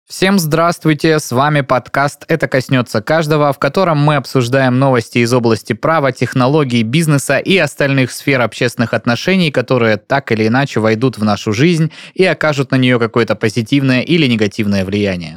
Всем здравствуйте, с вами подкаст «Это коснется каждого», в котором мы обсуждаем новости из области права, технологий, бизнеса и остальных сфер общественных отношений, которые так или иначе войдут в нашу жизнь и окажут на нее какое-то позитивное или негативное влияние.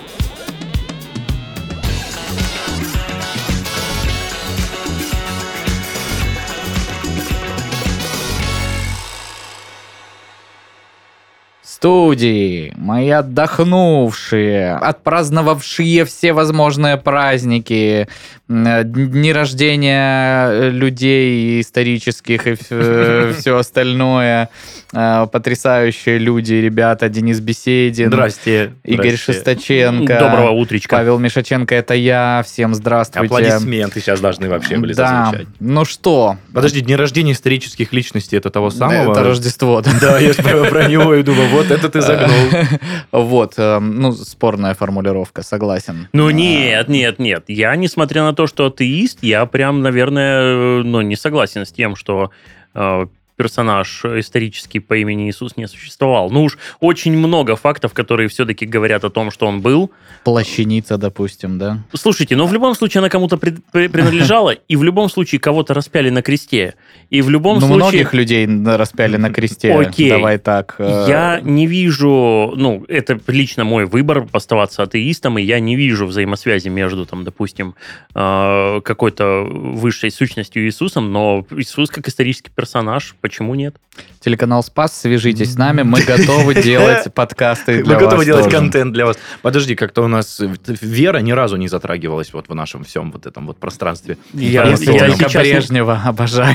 Студии, мои отдохнувшие, отпраздновавшие все возможные праздники, дни рождения людей исторических и все остальное, потрясающие люди, ребята, Денис Беседин, Здрасте. Игорь Шестаченко, Доброго утречка. Павел Мишаченко, это я, всем здравствуйте. Аплодисменты сейчас должны вообще были зазвучать. Ну что? Подожди, день рождения исторических личностей, это того самого? Это Рождество, да. Да, я про него и думаю, вот это ты загнул. Вот, ну, спорная формулировка, согласен. Ну нет. Я, несмотря на то, что атеист, я прям, наверное, не согласен с тем, что персонаж исторический по имени Иисус не существовал. Ну уж очень много фактов, которые все-таки говорят о том, что он был. Плащаница, допустим, да? Слушайте, но в любом случае она кому-то принадлежала, и в любом случае кого-то распяли на кресте. И в любом случае... многих людей распяли на кресте. Окей. Давай так. Я не вижу... это лично мой выбор оставаться атеистом, и я не вижу взаимосвязи между, там, допустим, какой-то высшей сущностью Иисусом, но Иисус как исторический персонаж, почему нет? Телеканал «Спас», свяжитесь с нами, мы готовы делать подкасты для вас. Мы готовы делать тоже. контент для вас. Подожди, как-то у нас вера ни разу не затрагивалась вот в нашем всем вот этом вот пространстве. Я только Брежнева обожаю.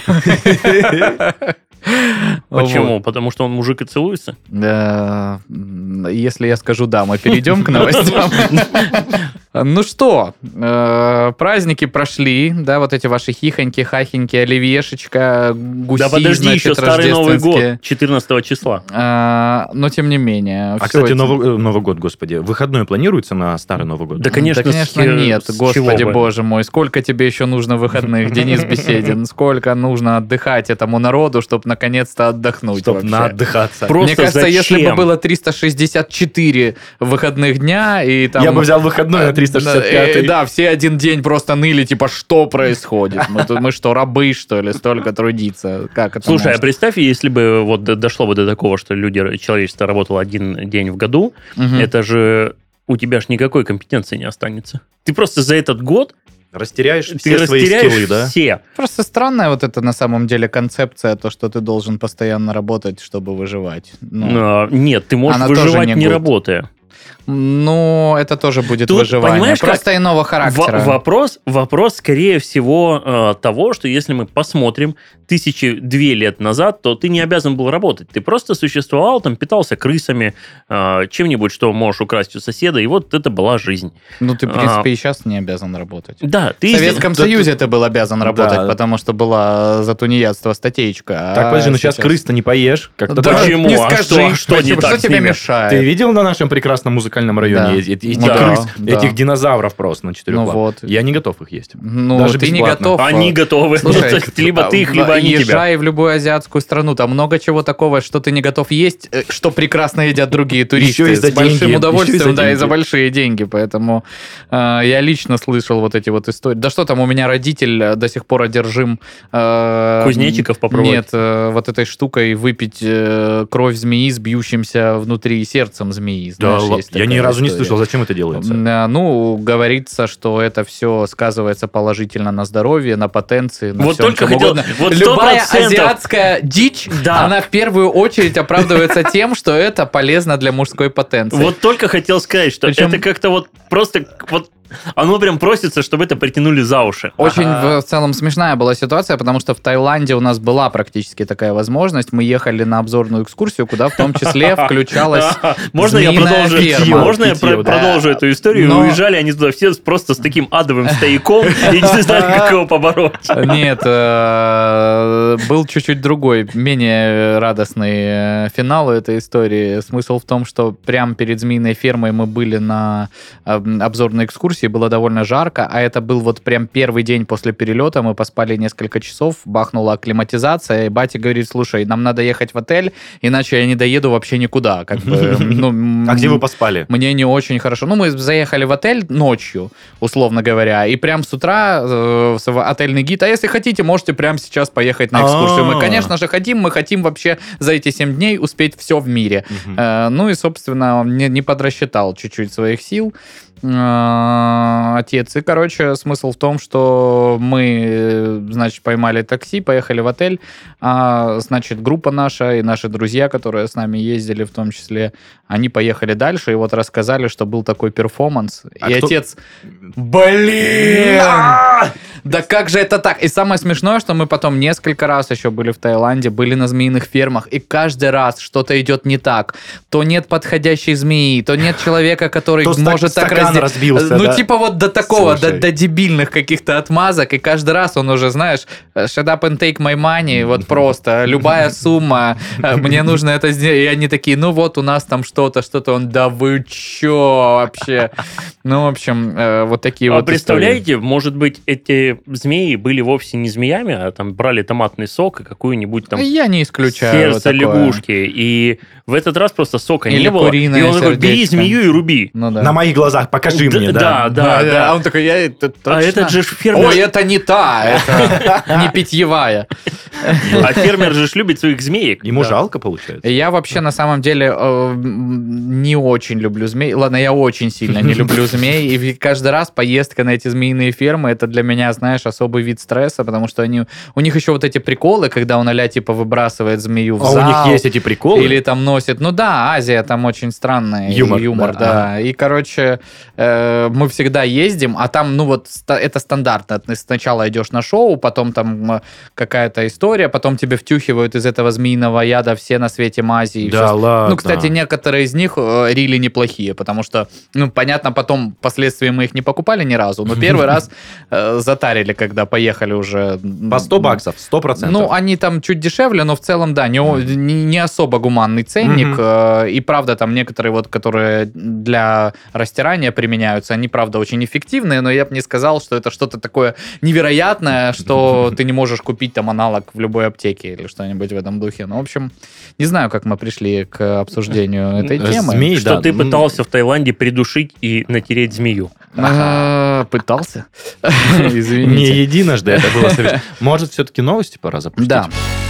Почему? Потому что он мужик и целуется? Если я скажу «да», мы перейдем к новостям. Ну что, праздники прошли, да, вот эти ваши хихоньки, хахеньки, оливьешечка, гуси, да подожди, значит, еще Старый Новый год, 14 числа. Но тем не менее. Кстати, Новый год, господи, выходной планируется на Старый Новый год? Да, конечно, нет, господи боже мой, сколько тебе еще нужно выходных, Денис Беседин, сколько нужно отдыхать этому народу, чтобы наконец-то отдохнуть. Чтобы наотдыхаться. Мне кажется, если бы было 364 выходных дня, и там... Я бы взял выходной на 365. Да, все один день просто ныли, типа, что происходит? Мы что, рабы, что ли, столько трудиться? Как это Слушай, может? а представь, если бы вот дошло бы до такого, что человечество работало один день в году, это же у тебя ж никакой компетенции не останется. Ты просто за этот год растеряешь все свои скиллы, да? Все. Просто странная вот эта на самом деле концепция, то, что ты должен постоянно работать, чтобы выживать. Нет, ты можешь выживать не работая. Ну, это тоже будет тут, выживание. Просто иного характера. Вопрос, скорее всего, того, что если мы посмотрим 1002 лет назад, то ты не обязан был работать. Ты просто существовал, там, питался крысами, чем-нибудь, что можешь украсть у соседа, и вот это была жизнь. Ну, ты, в принципе, и сейчас не обязан работать. Да. В Советском Союзе ты был обязан работать, потому что была за тунеядство статейка. Так, подожди, сейчас крыс-то не поешь. Как-то почему? Не скажи, что тебе мешает? Ты видел на нашем прекрасном музыкальном районе этих динозавров просто на 4 лап? Я не готов их есть. Даже ты не готов. Они готовы. Слушай, либо ты их, либо они тебя. Езжай в любую азиатскую страну, там много чего такого, что ты не готов есть, что прекрасно едят другие туристы. С большим удовольствием, да, и за большие деньги. Поэтому я лично слышал вот эти вот истории. Да что там, у меня родитель до сих пор одержим... Кузнечиков попробовать? Нет, вот этой штукой выпить кровь змеи с бьющимся внутри сердцем змеи. Знаешь, да, я ни разу не слышал, зачем это делается. Ну, говорится, что это все сказывается положительно на здоровье, на потенции, на вот всем, только чем угодно. Вот Любая азиатская дичь, она в первую очередь оправдывается тем, что это полезно для мужской потенции. Вот только хотел сказать, что это как-то вот просто... Оно прям просится, чтобы это притянули за уши. Очень в целом смешная была ситуация, потому что в Таиланде у нас была практически такая возможность. Мы ехали на обзорную экскурсию, куда в том числе включалась Можно я продолжу эту историю? Уезжали они туда все просто с таким адовым стояком и не знали, как его побороть. Нет, был чуть-чуть другой, менее радостный финал у этой истории. Смысл в том, что прямо перед змеиной фермой мы были на обзорной экскурсии, экскурсии было довольно жарко, а это был вот прям первый день после перелета, мы поспали несколько часов, бахнула акклиматизация, и батя говорит, слушай, нам надо ехать в отель, иначе я не доеду вообще никуда. Как бы, а где вы поспали? Мне не очень хорошо. Ну, мы заехали в отель ночью, условно говоря, и прям с утра отельный гид, а если хотите, можете прямо сейчас поехать на экскурсию. Мы, конечно же, мы хотим вообще за эти 7 дней успеть все в мире. Ну и, собственно, не подрасчитал чуть-чуть своих сил отец. И, короче, смысл в том, что мы, значит, поймали такси, поехали в отель, значит, группа наша и наши друзья, которые с нами ездили в том числе, они поехали дальше и вот рассказали, что был такой перформанс. И отец... Блин! Да как же это так? И самое смешное, что мы потом несколько раз еще были в Таиланде, были на змеиных фермах, и каждый раз что-то идет не так. То нет подходящей змеи, то нет человека, который может так разбился. Ну, типа вот до такого, до дебильных каких-то отмазок, и каждый раз он уже, знаешь, shut up and take my money, вот просто, любая сумма, мне нужно это сделать. И они такие, ну вот у нас там что-то, он, да вы чё вообще? Ну, в общем, вот такие вот представляете, может быть, эти змеи были вовсе не змеями, а там брали томатный сок и какую-нибудь там... Я не исключаю сердце лягушки. И в этот раз просто сока или не было. И он такой, бери змею и руби. Ну, да. На моих глазах покажи мне, да. Да. А он такой, А этот же фермер... Ой, это не та, это не питьевая. А фермер же любит своих змеек. Ему жалко, получается. Я вообще, на самом деле, не очень люблю змей. Ладно, я очень сильно не люблю змей. И каждый раз поездка на эти змеиные фермы, это для меня, знаешь, особый вид стресса, потому что у них еще вот эти приколы, когда он типа выбрасывает змею в зал. А у них есть эти приколы? Или там носит... Ну да, Азия, там очень странный юмор, да. И, короче, мы всегда ездим, а там, ну вот, это стандартно. Ты сначала идешь на шоу, потом там какая-то история, потом тебе втюхивают из этого змеиного яда все на свете мази. Да, ладно. Ну, кстати, некоторые из них рили неплохие, потому что, ну, понятно, потом впоследствии мы их не покупали ни разу, но первый раз затарили, когда поехали уже... По $100, 100%. Ну, они там чуть дешевле, но в целом, да, не особо гуманный ценник. И правда, там некоторые вот, которые для растирания применяются, они, правда, очень эффективные, но я бы не сказал, что это что-то такое невероятное, что ты не можешь купить там аналог в любой аптеке или что-нибудь в этом духе. Ну, в общем, не знаю, как мы пришли к обсуждению этой темы. Змей, что да. Ты пытался в Таиланде придушить и натереть змею. Пытался. Извините. Не единожды это было совершенно. Может, все-таки новости пора запустить? Да.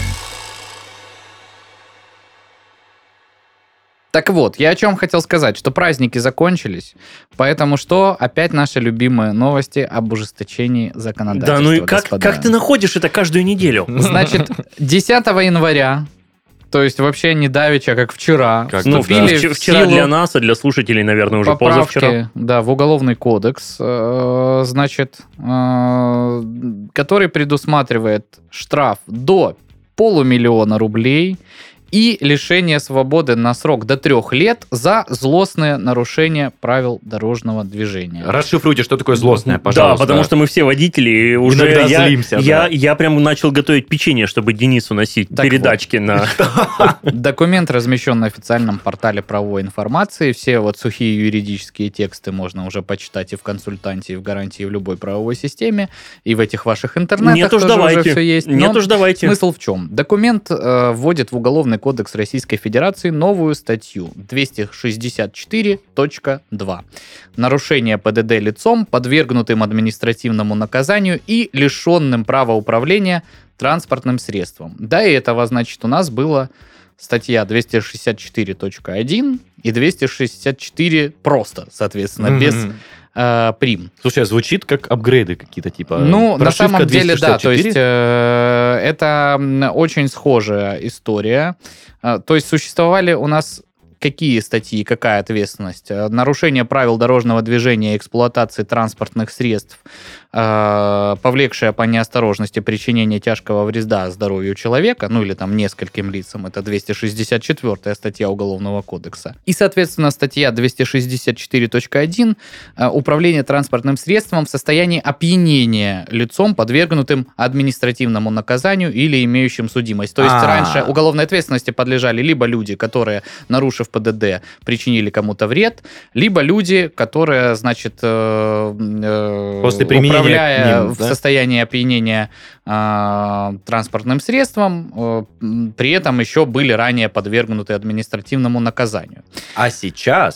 Так вот, я о чем хотел сказать, что праздники закончились, поэтому что опять наши любимые новости об ужесточении законодательства. Да, ну и как ты находишь это каждую неделю? Значит, 10 января, то есть вообще не давеча, как вчера, вступили вчера для нас, а для слушателей, наверное, уже позавчера. Да, в Уголовный кодекс, значит, который предусматривает штраф до 500 000 рублей и лишение свободы на срок до 3 лет за злостное нарушение правил дорожного движения. Расшифруйте, что такое злостное, пожалуйста. Да, потому что мы все водители, и уже злимся. Я прям начал готовить печенье, чтобы Денису носить так передачки вот. На... Документ размещен на официальном портале правовой информации. Все вот сухие юридические тексты можно уже почитать и в консультанте, и в гарантии, и в любой правовой системе, и в этих ваших интернетах. Нет уж, давайте. Уже все есть. Нет уж, давайте. Смысл в чем? Документ вводит в Уголовный кодекс Российской Федерации новую статью 264.2. Нарушение ПДД лицом, подвергнутым административному наказанию и лишенным права управления транспортным средством. До этого, значит, у нас была статья 264.1 и 264 просто, соответственно, без прим. Слушай, звучит как апгрейды какие-то, типа... Ну, на самом деле, да, то есть это очень схожая история. То есть существовали у нас какие статьи, какая ответственность? Нарушение правил дорожного движения и эксплуатации транспортных средств, повлекшее по неосторожности причинение тяжкого вреда здоровью человека, ну или там нескольким лицам, это 264-я статья Уголовного кодекса. И, соответственно, статья 264.1 управление транспортным средством в состоянии опьянения лицом, подвергнутым административному наказанию или имеющим судимость. То есть раньше уголовной ответственности подлежали либо люди, которые, нарушив ПДД причинили кому-то вред, либо люди, которые, значит, управляя в состоянии опьянения транспортным средством, при этом еще были ранее подвергнуты административному наказанию. А сейчас,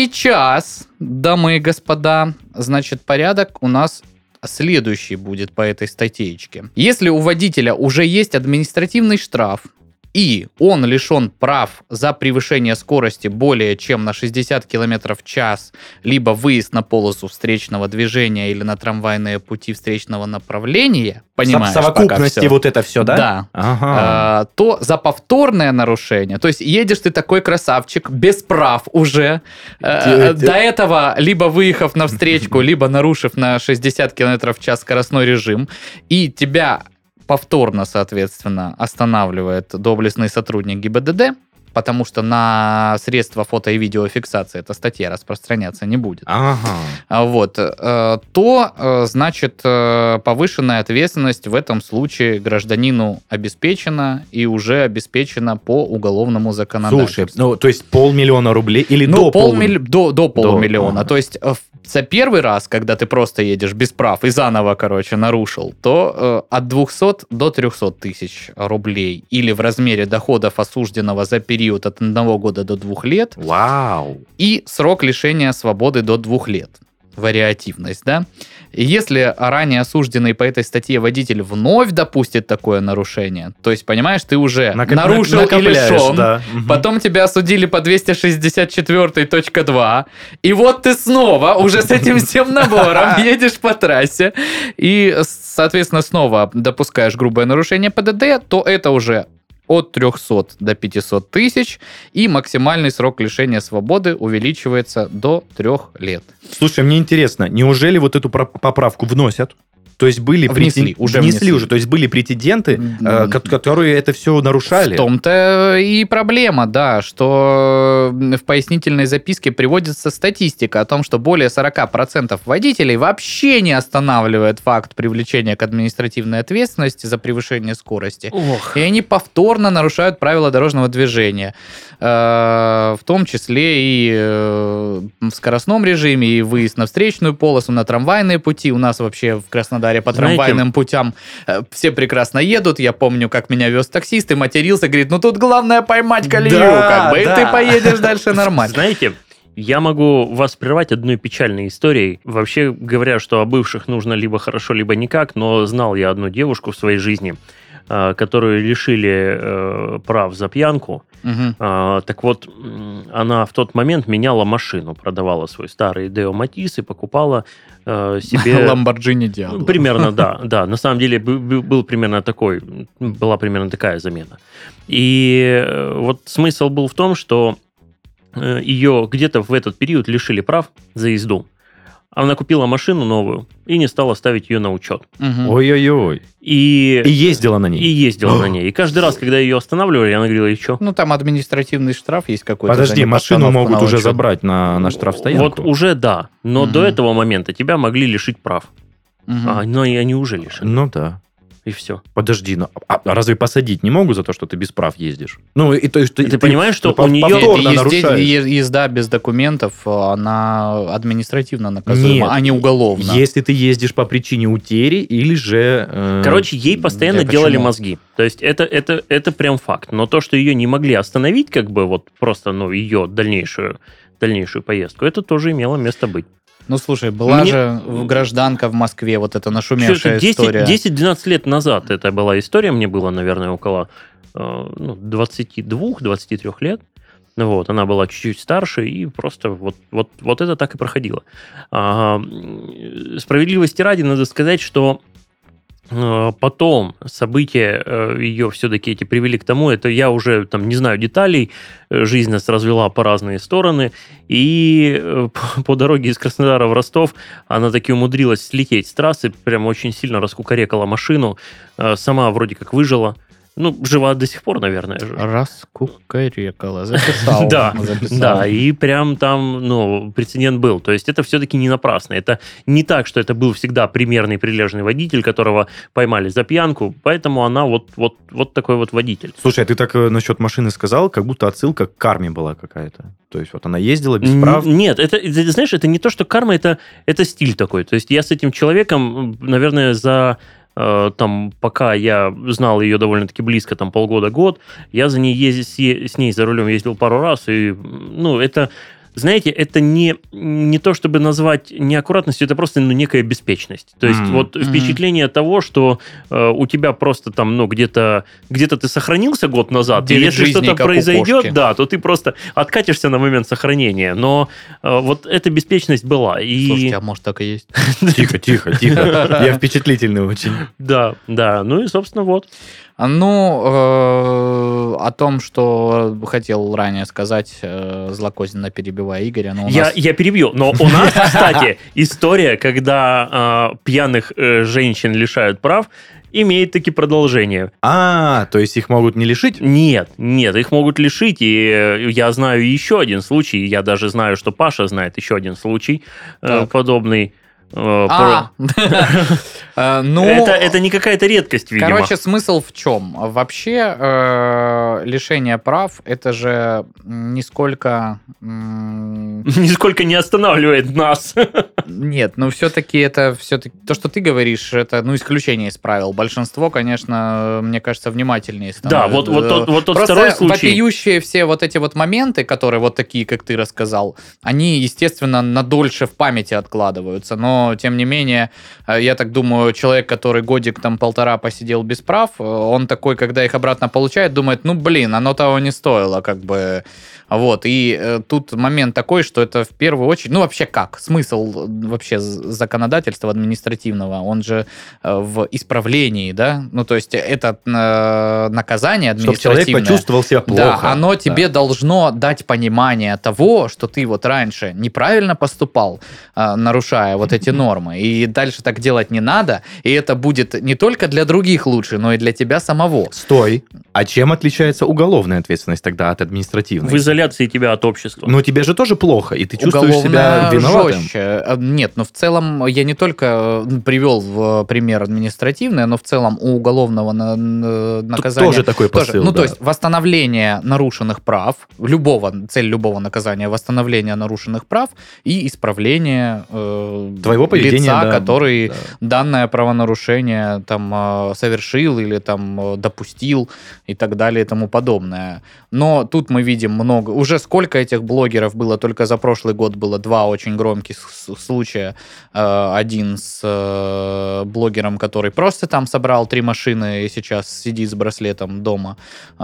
дамы и господа, значит, порядок у нас следующий будет по этой статейке. Если у водителя уже есть административный штраф, и он лишен прав за превышение скорости более чем на 60 км в час, либо выезд на полосу встречного движения или на трамвайные пути встречного направления, понимаешь, в совокупности вот это все, да? Да. Ага. То за повторное нарушение, то есть едешь ты такой красавчик, без прав уже, до этого либо выехав на встречку, либо нарушив на 60 км в час скоростной режим, и тебя повторно, соответственно, останавливает доблестный сотрудник ГИБДД, потому что на средства фото- и видеофиксации эта статья распространяться не будет. Ага. Вот. То, значит, повышенная ответственность в этом случае гражданину обеспечена и уже обеспечена по уголовному законодательству. Слушай, то есть 500 000 рублей или до полмиллиона. То есть за первый раз, когда ты просто едешь без прав и заново, нарушил, то от 200 до 300 тысяч рублей или в размере доходов осужденного за период от 1 года до 2 лет. Вау! И срок лишения свободы до 2 лет. Вариативность, да? И если ранее осужденный по этой статье водитель вновь допустит такое нарушение, то есть, понимаешь, ты уже нарушил и лишен, да. Потом тебя осудили по 264.2, и вот ты снова уже с этим всем набором едешь по трассе, и, соответственно, снова допускаешь грубое нарушение ПДД, то это уже от 300 до 500 тысяч, и максимальный срок лишения свободы увеличивается до 3 лет. Слушай, мне интересно, неужели вот эту поправку вносят? То есть внесли уже. То есть были претенденты, которые это все нарушали. В том-то и проблема, да, что в пояснительной записке приводится статистика о том, что более 40% водителей вообще не останавливает факт привлечения к административной ответственности за превышение скорости. И они повторно нарушают правила дорожного движения. В том числе и в скоростном режиме, и выезд на встречную полосу, на трамвайные пути. У нас вообще в Краснодаре по трамвайным путям все прекрасно едут. Я помню, как меня вез таксист и матерился, говорит, ну тут главное поймать колею, и ты поедешь дальше нормально. Знаете, я могу вас прервать одной печальной историей. Вообще говоря, что о бывших нужно либо хорошо, либо никак, но знал я одну девушку в своей жизни, которую лишили прав за пьянку. Так вот, она в тот момент меняла машину, продавала свой старый Део Матис и покупала себе... Ламборджини Диабло. Примерно, да. На самом деле была примерно такая замена. И вот смысл был в том, что ее где-то в этот период лишили прав за езду. Она купила машину новую и не стала ставить ее на учет. Ой-ой-ой. И ездила на ней. И каждый раз, когда ее останавливали, она говорила, и что? Ну, там административный штраф есть какой-то. Подожди, машину могут уже забрать на штрафстоянку? Вот уже да. Но до этого момента тебя могли лишить прав. Но и они уже лишены. Ну да. И все. Подожди, а разве посадить не могут за то, что ты без прав ездишь? Ну, и то есть ты понимаешь, что у нее езда без документов, она административно наказуема, а не уголовно. Если ты ездишь по причине утери или же... Короче, ей постоянно делали мозги. То есть это прям факт. Но то, что ее не могли остановить, просто ее дальнейшую поездку, это тоже имело место быть. Ну, слушай, была же гражданка в Москве, вот эта нашумевшая история. 10-12 лет назад это была история, мне было, наверное, около 22-23 лет. Вот, она была чуть-чуть старше, и просто вот это так и проходило. Справедливости ради, надо сказать, что потом события ее все-таки эти привели к тому, это я уже не знаю деталей, жизнь нас развела по разные стороны, и по дороге из Краснодара в Ростов она таки умудрилась слететь с трассы, прям очень сильно раскукарекала машину, сама вроде как выжила, жива до сих пор, наверное же. Раскукарекала. Записал. Да, и прям там, прецедент был. То есть это все-таки не напрасно. Это не так, что это был всегда примерный прилежный водитель, которого поймали за пьянку, поэтому она вот такой вот водитель. Слушай, а ты так насчет машины сказал, как будто отсылка к карме была какая-то. То есть вот она ездила без прав. Нет, это, знаешь, это не то, что карма, это стиль такой. То есть я с этим человеком, наверное, пока я знал ее довольно-таки близко, полгода-год, я с ней за рулем ездил пару раз, и, это... Знаете, это не то, чтобы назвать неаккуратностью, это просто некая беспечность. То есть впечатление того, что у тебя просто где-то ты сохранился год назад, и если что-то произойдет, то ты просто откатишься на момент сохранения. Но вот эта беспечность была. Слушайте, а может так и есть? Тихо. Я впечатлительный очень. Да. И, собственно, вот. О том, что хотел ранее сказать, злокозненно перебивая Игоря. Но я перебью, но у нас, кстати, история, когда пьяных женщин лишают прав, имеет таки продолжение. То есть их могут не лишить? Нет, их могут лишить, и я знаю еще один случай, я даже знаю, что Паша знает еще один случай подобный. Это не какая-то редкость, видимо. Короче, смысл в чем? Вообще, лишение прав, это же нисколько не останавливает нас. Нет, все-таки то, что ты говоришь, это исключение из правил. Большинство, конечно, мне кажется, внимательнее становится. Да, вот тот просто второй случай. Вопиющие все вот эти вот моменты, которые вот такие, как ты рассказал, они, естественно, надольше в памяти откладываются. Но, тем не менее, я так думаю, человек, который годик полтора посидел без прав, он такой, когда их обратно получает, думает, оно того не стоило, Вот, и тут момент такой, что это в первую очередь, вообще как? Смысл вообще законодательства административного, он же в исправлении, да? То есть это наказание административное. Чтобы человек почувствовал себя плохо. Да, оно тебе должно дать понимание того, что ты вот раньше неправильно поступал, нарушая вот эти нормы, и дальше так делать не надо, и это будет не только для других лучше, но и для тебя самого. Стой! А чем отличается уголовная ответственность тогда от административной? В изоляции тебя от общества. Но тебе же тоже плохо, и ты чувствуешь себя виноватым. Жестче. Нет, в целом я не только привел в пример административное, но в целом у уголовного наказания... Тоже такой посыл, да. То есть восстановление нарушенных прав, цель любого наказания, восстановление нарушенных прав и исправление твоего поведения, лица, который данное правонарушение совершил или допустил и так далее и тому подобное. Но тут мы видим много... Уже сколько этих блогеров было? Только за прошлый год было 2 очень громких случая. Один с блогером, который просто собрал 3 машины и сейчас сидит с браслетом дома,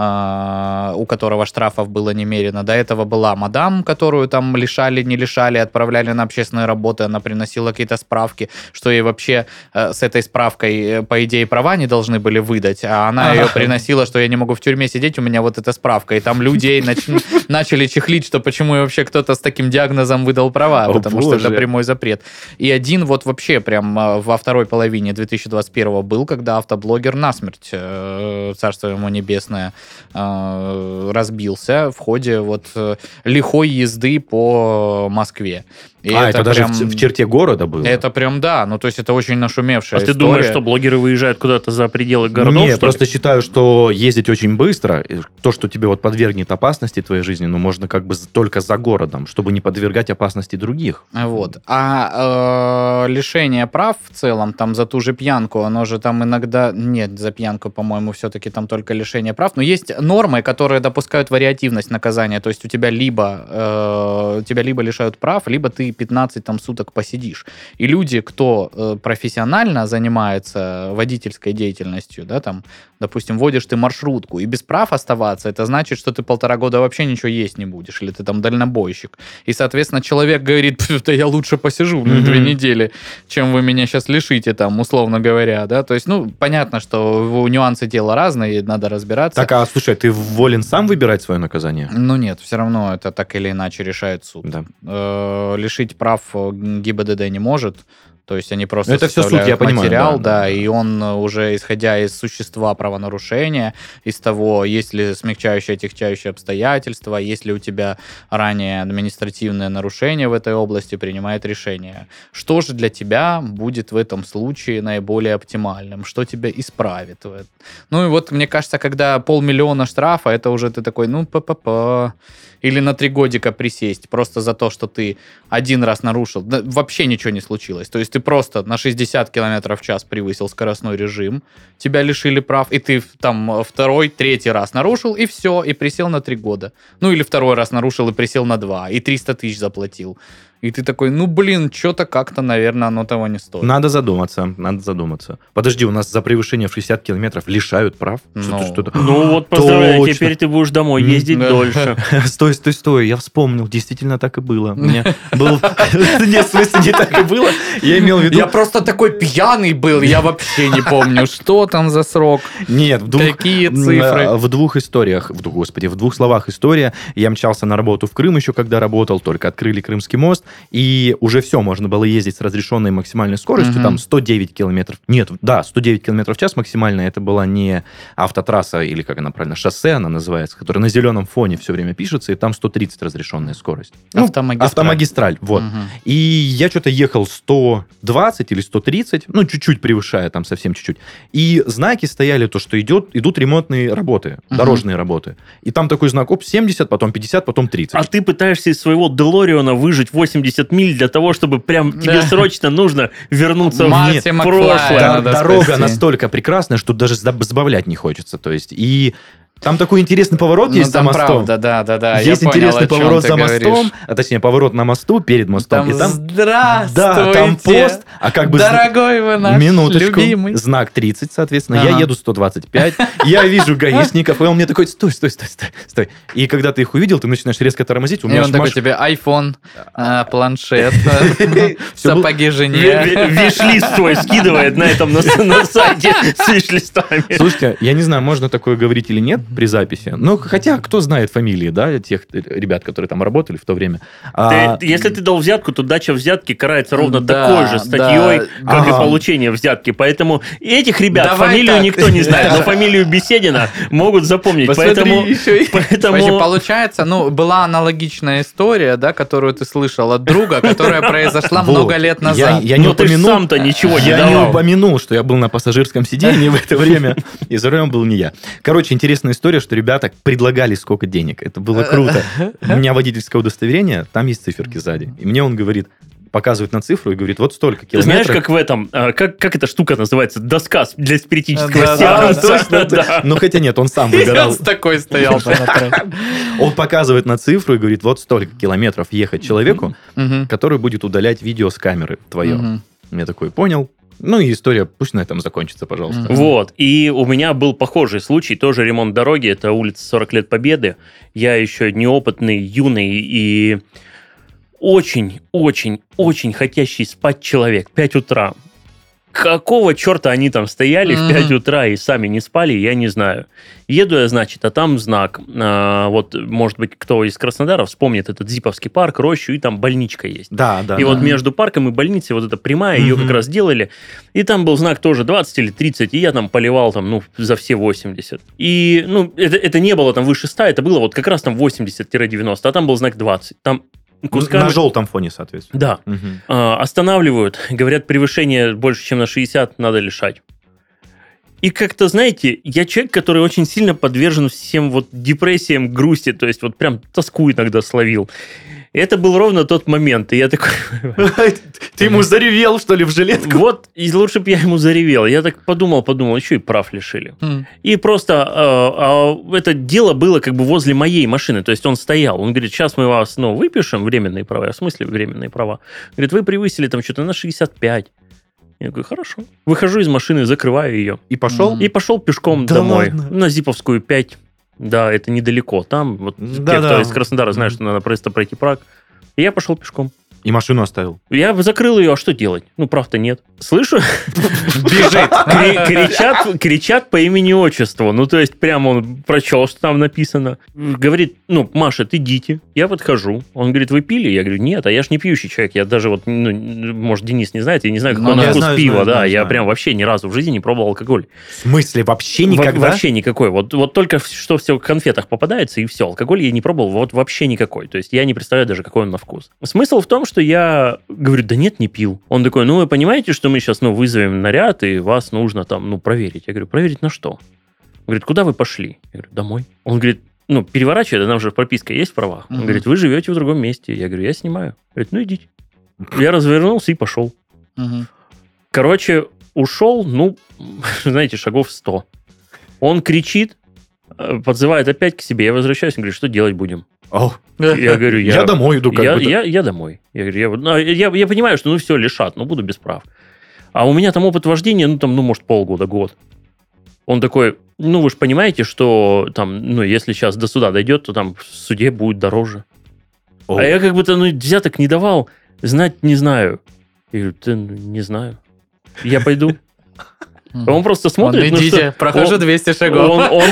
у которого штрафов было немерено. До этого была мадам, которую лишали, не лишали, отправляли на общественные работы, она приносила какие-то справки, что ей вообще с этой справкой, по идее, права не должны были выдать, а она ее приносила, что я не могу в тюрьме сидеть, у меня вот эта справка. И там людей начали чехлить, что почему вообще кто-то с таким диагнозом выдал права, потому что это прямой запрет. И один вообще прям во второй половине 2021 был, когда автоблогер насмерть, царство ему небесное, разбился в ходе лихой езды по Москве. И это даже в черте города было? Это прям, да. То есть это очень нашумевшая история. Ты думаешь, что блогеры выезжают куда-то за пределы городов? Нет, я просто считаю, что ездить очень быстро, то, что тебе подвергнет опасности твоей жизни, можно только за городом, чтобы не подвергать опасности других. Вот. А лишение прав в целом, за ту же пьянку, оно же иногда... Нет, за пьянку, по-моему, все-таки только лишение прав. Но есть нормы, которые допускают вариативность наказания. То есть у тебя либо лишают прав, либо ты 15 суток посидишь. И люди, кто профессионально занимается водительской деятельностью, да, допустим, водишь ты маршрутку, и без прав оставаться, это значит, что ты 1,5 года вообще ничего есть не будешь, или ты дальнобойщик. И, соответственно, человек говорит, да я лучше посижу 2 недели, чем вы меня сейчас лишите, условно говоря, да. То есть, понятно, что нюансы дела разные, надо разбираться. Так, слушай, ты волен сам выбирать свое наказание? Нет, все равно это так или иначе решает суд. Да. Лишить прав ГИБДД не может, То есть они просто это все суть, я составляют понимаю, материал, да. и он уже, исходя из существа правонарушения, из того, есть ли смягчающие, отягчающие обстоятельства, есть ли у тебя ранее административное нарушение в этой области, принимает решение. Что же для тебя будет в этом случае наиболее оптимальным? Что тебя исправит? Ну и вот, мне кажется, когда 500 000 штрафа, это уже ты такой, или на 3 годика присесть просто за то, что ты один раз нарушил. Да, вообще ничего не случилось. То есть ты просто на 60 км в час превысил скоростной режим, тебя лишили прав, и ты там второй, третий раз нарушил, и все, и присел на 3 года. Ну или второй раз нарушил и присел на 2, и 300 000 заплатил. И ты такой, что-то как-то, наверное, оно того не стоит. Надо задуматься. Подожди, у нас за превышение в 60 километров лишают прав? Что-то. Ну вот, поздравляю, теперь ты будешь домой ездить дольше. Стой, я вспомнил, действительно так и было. У меня был... Нет, в смысле, не так и было. Я имел в виду... Я просто такой пьяный был, я вообще не помню, что там за срок. Нет, какие цифры. В 2 историях, в 2 словах история. Я мчался на работу в Крым еще, когда работал, только открыли Крымский мост, и уже все, можно было ездить с разрешенной максимальной скоростью, там 109 километров. Нет, да, 109 километров в час максимальная, это была не автотрасса, или как она правильно, шоссе она называется, которая на зеленом фоне все время пишется, и там 130 разрешенная скорость. Автомагистраль, вот. И я что-то ехал 120 или 130, чуть-чуть превышая, там совсем чуть-чуть. И знаки стояли, то, что идут ремонтные работы, дорожные работы. И там такой знак, 70, потом 50, потом 30. А ты пытаешься из своего Делориана выжить 80 миль для того, чтобы прям тебе срочно нужно вернуться в прошлое. Дорога настолько прекрасная, что даже сбавлять не хочется. То есть, и там такой интересный поворот есть за мостом. Правда, да. Есть интересный поворот за мостом, а точнее поворот на мосту, перед мостом. Там здравствуйте. Да, там пост, а как бы... Дорогой вы наш любимый. Знак 30, соответственно. Я еду 125, я вижу гаишников, и он мне такой, стой. И когда ты их увидел, ты начинаешь резко тормозить. И он такой тебе iPhone, планшет, сапоги жене. Виш-лист твой скидывает на этом на сайте с виш-листами. Слушайте, я не знаю, можно такое говорить или нет при записи. Ну, хотя, кто знает фамилии, да, тех ребят, которые там работали в то время. Если ты дал взятку, то дача взятки карается ровно такой же статьей, как и получение взятки. Поэтому этих ребят фамилию никто не знает, но фамилию Беседина могут запомнить. Поэтому... Получается, была аналогичная история, да, которую ты слышал от друга, которая произошла много лет назад. Но ты сам-то ничего не давал. Я не упомянул, что я был на пассажирском сидении в это время, и за рулем был не я. Короче, интересная история, что ребята предлагали сколько денег. Это было круто. У меня водительское удостоверение, там есть циферки сзади. И мне он говорит, показывает на цифру и говорит, вот столько километров. Знаешь, как в этом, как эта штука называется? Доска для спиритического сеанса. Ну, хотя нет, он сам выбирал. Он такой стоял. Он показывает на цифру и говорит, вот столько километров ехать человеку, который будет удалять видео с камеры твое. Я такой, понял. Ну и история, пусть на этом закончится, пожалуйста. Вот, и у меня был похожий случай, тоже ремонт дороги, это улица 40 лет Победы. Я еще неопытный, юный и очень хотящий спать человек. 5 утра. Какого черта они там стояли в 5 утра и сами не спали, я не знаю. Еду я, значит, а там знак. Вот, может быть, кто из Краснодара вспомнит этот Зиповский парк, рощу, и там больничка есть. Да. И вот между парком и больницей вот эта прямая, ее как раз делали. И там был знак тоже 20 или 30, и я там поливал там, за все 80. И, это не было там выше 100, это было вот как раз там 80-90, а там был знак 20. Там кусками... На желтом фоне, соответственно. Да. Останавливают, говорят, превышение больше, чем на 60, надо лишать. И как-то, знаете, я человек, который очень сильно подвержен всем вот депрессиям, грусти, то есть вот прям тоску иногда словил. И это был ровно тот момент, и я такой... Ты ему заревел, что ли, в жилетку? Вот, и лучше бы я ему заревел. Я так подумал, еще и прав лишили. И просто это дело было как бы возле моей машины, то есть он стоял, он говорит, сейчас мы вас, выпишем временные права. В смысле временные права? Говорит, вы превысили там что-то на 65. Я говорю, хорошо. Выхожу из машины, закрываю ее. И пошел? И пошел пешком домой. На Зиповскую 5. Да, это недалеко. Там, вот те, кто из Краснодара, знают, что надо просто пройти Праг. И я пошел пешком. И машину оставил. Я закрыл ее, а что делать? Ну, прав-то нет. Слышу? Бежит. Кричат по имени-отчеству. Ну, то есть, прямо он прочел, что там написано. Говорит, ну, Маша, идите. Я подхожу. Он говорит, вы пили? Я говорю, нет, а я ж не пьющий человек. Я даже вот, ну, может, Денис не знает, я не знаю, какой на вкус пива, да. Я прям вообще ни разу в жизни не пробовал алкоголь. В смысле, вообще никогда? Вообще никакой. Вот только что все в конфетах попадается, и все. Алкоголь я не пробовал, вот вообще никакой. То есть, я не представляю даже, какой он на вкус. Смысл в том, что я говорю, да нет, не пил. Он такой, ну, вы понимаете, что мы сейчас, ну, вызовем наряд, и вас нужно там, ну, проверить. Я говорю, проверить на что? Он говорит, куда вы пошли? Я говорю, домой. Он говорит, ну, переворачивает, нам же прописка есть в правах. Он говорит, вы живете в другом месте. Я говорю, я снимаю. Говорит, ну, идите. Я развернулся и пошел. Короче, ушел, ну, знаете, шагов 100. Он кричит, подзывает опять к себе. Я возвращаюсь, он говорит, что делать будем? Я говорю, я домой иду. Я домой. Я говорю, я понимаю, что ну все, лишат, но буду без прав. А у меня там опыт вождения, ну там, ну может полгода, год. Он такой, ну вы же понимаете, что там, ну если сейчас до суда дойдет, то там в суде будет дороже. А я как будто, ну взяток не давал, знать не знаю. Я говорю, да, не знаю. Я пойду. Он просто смотрит, идите, прохожу 200 шагов.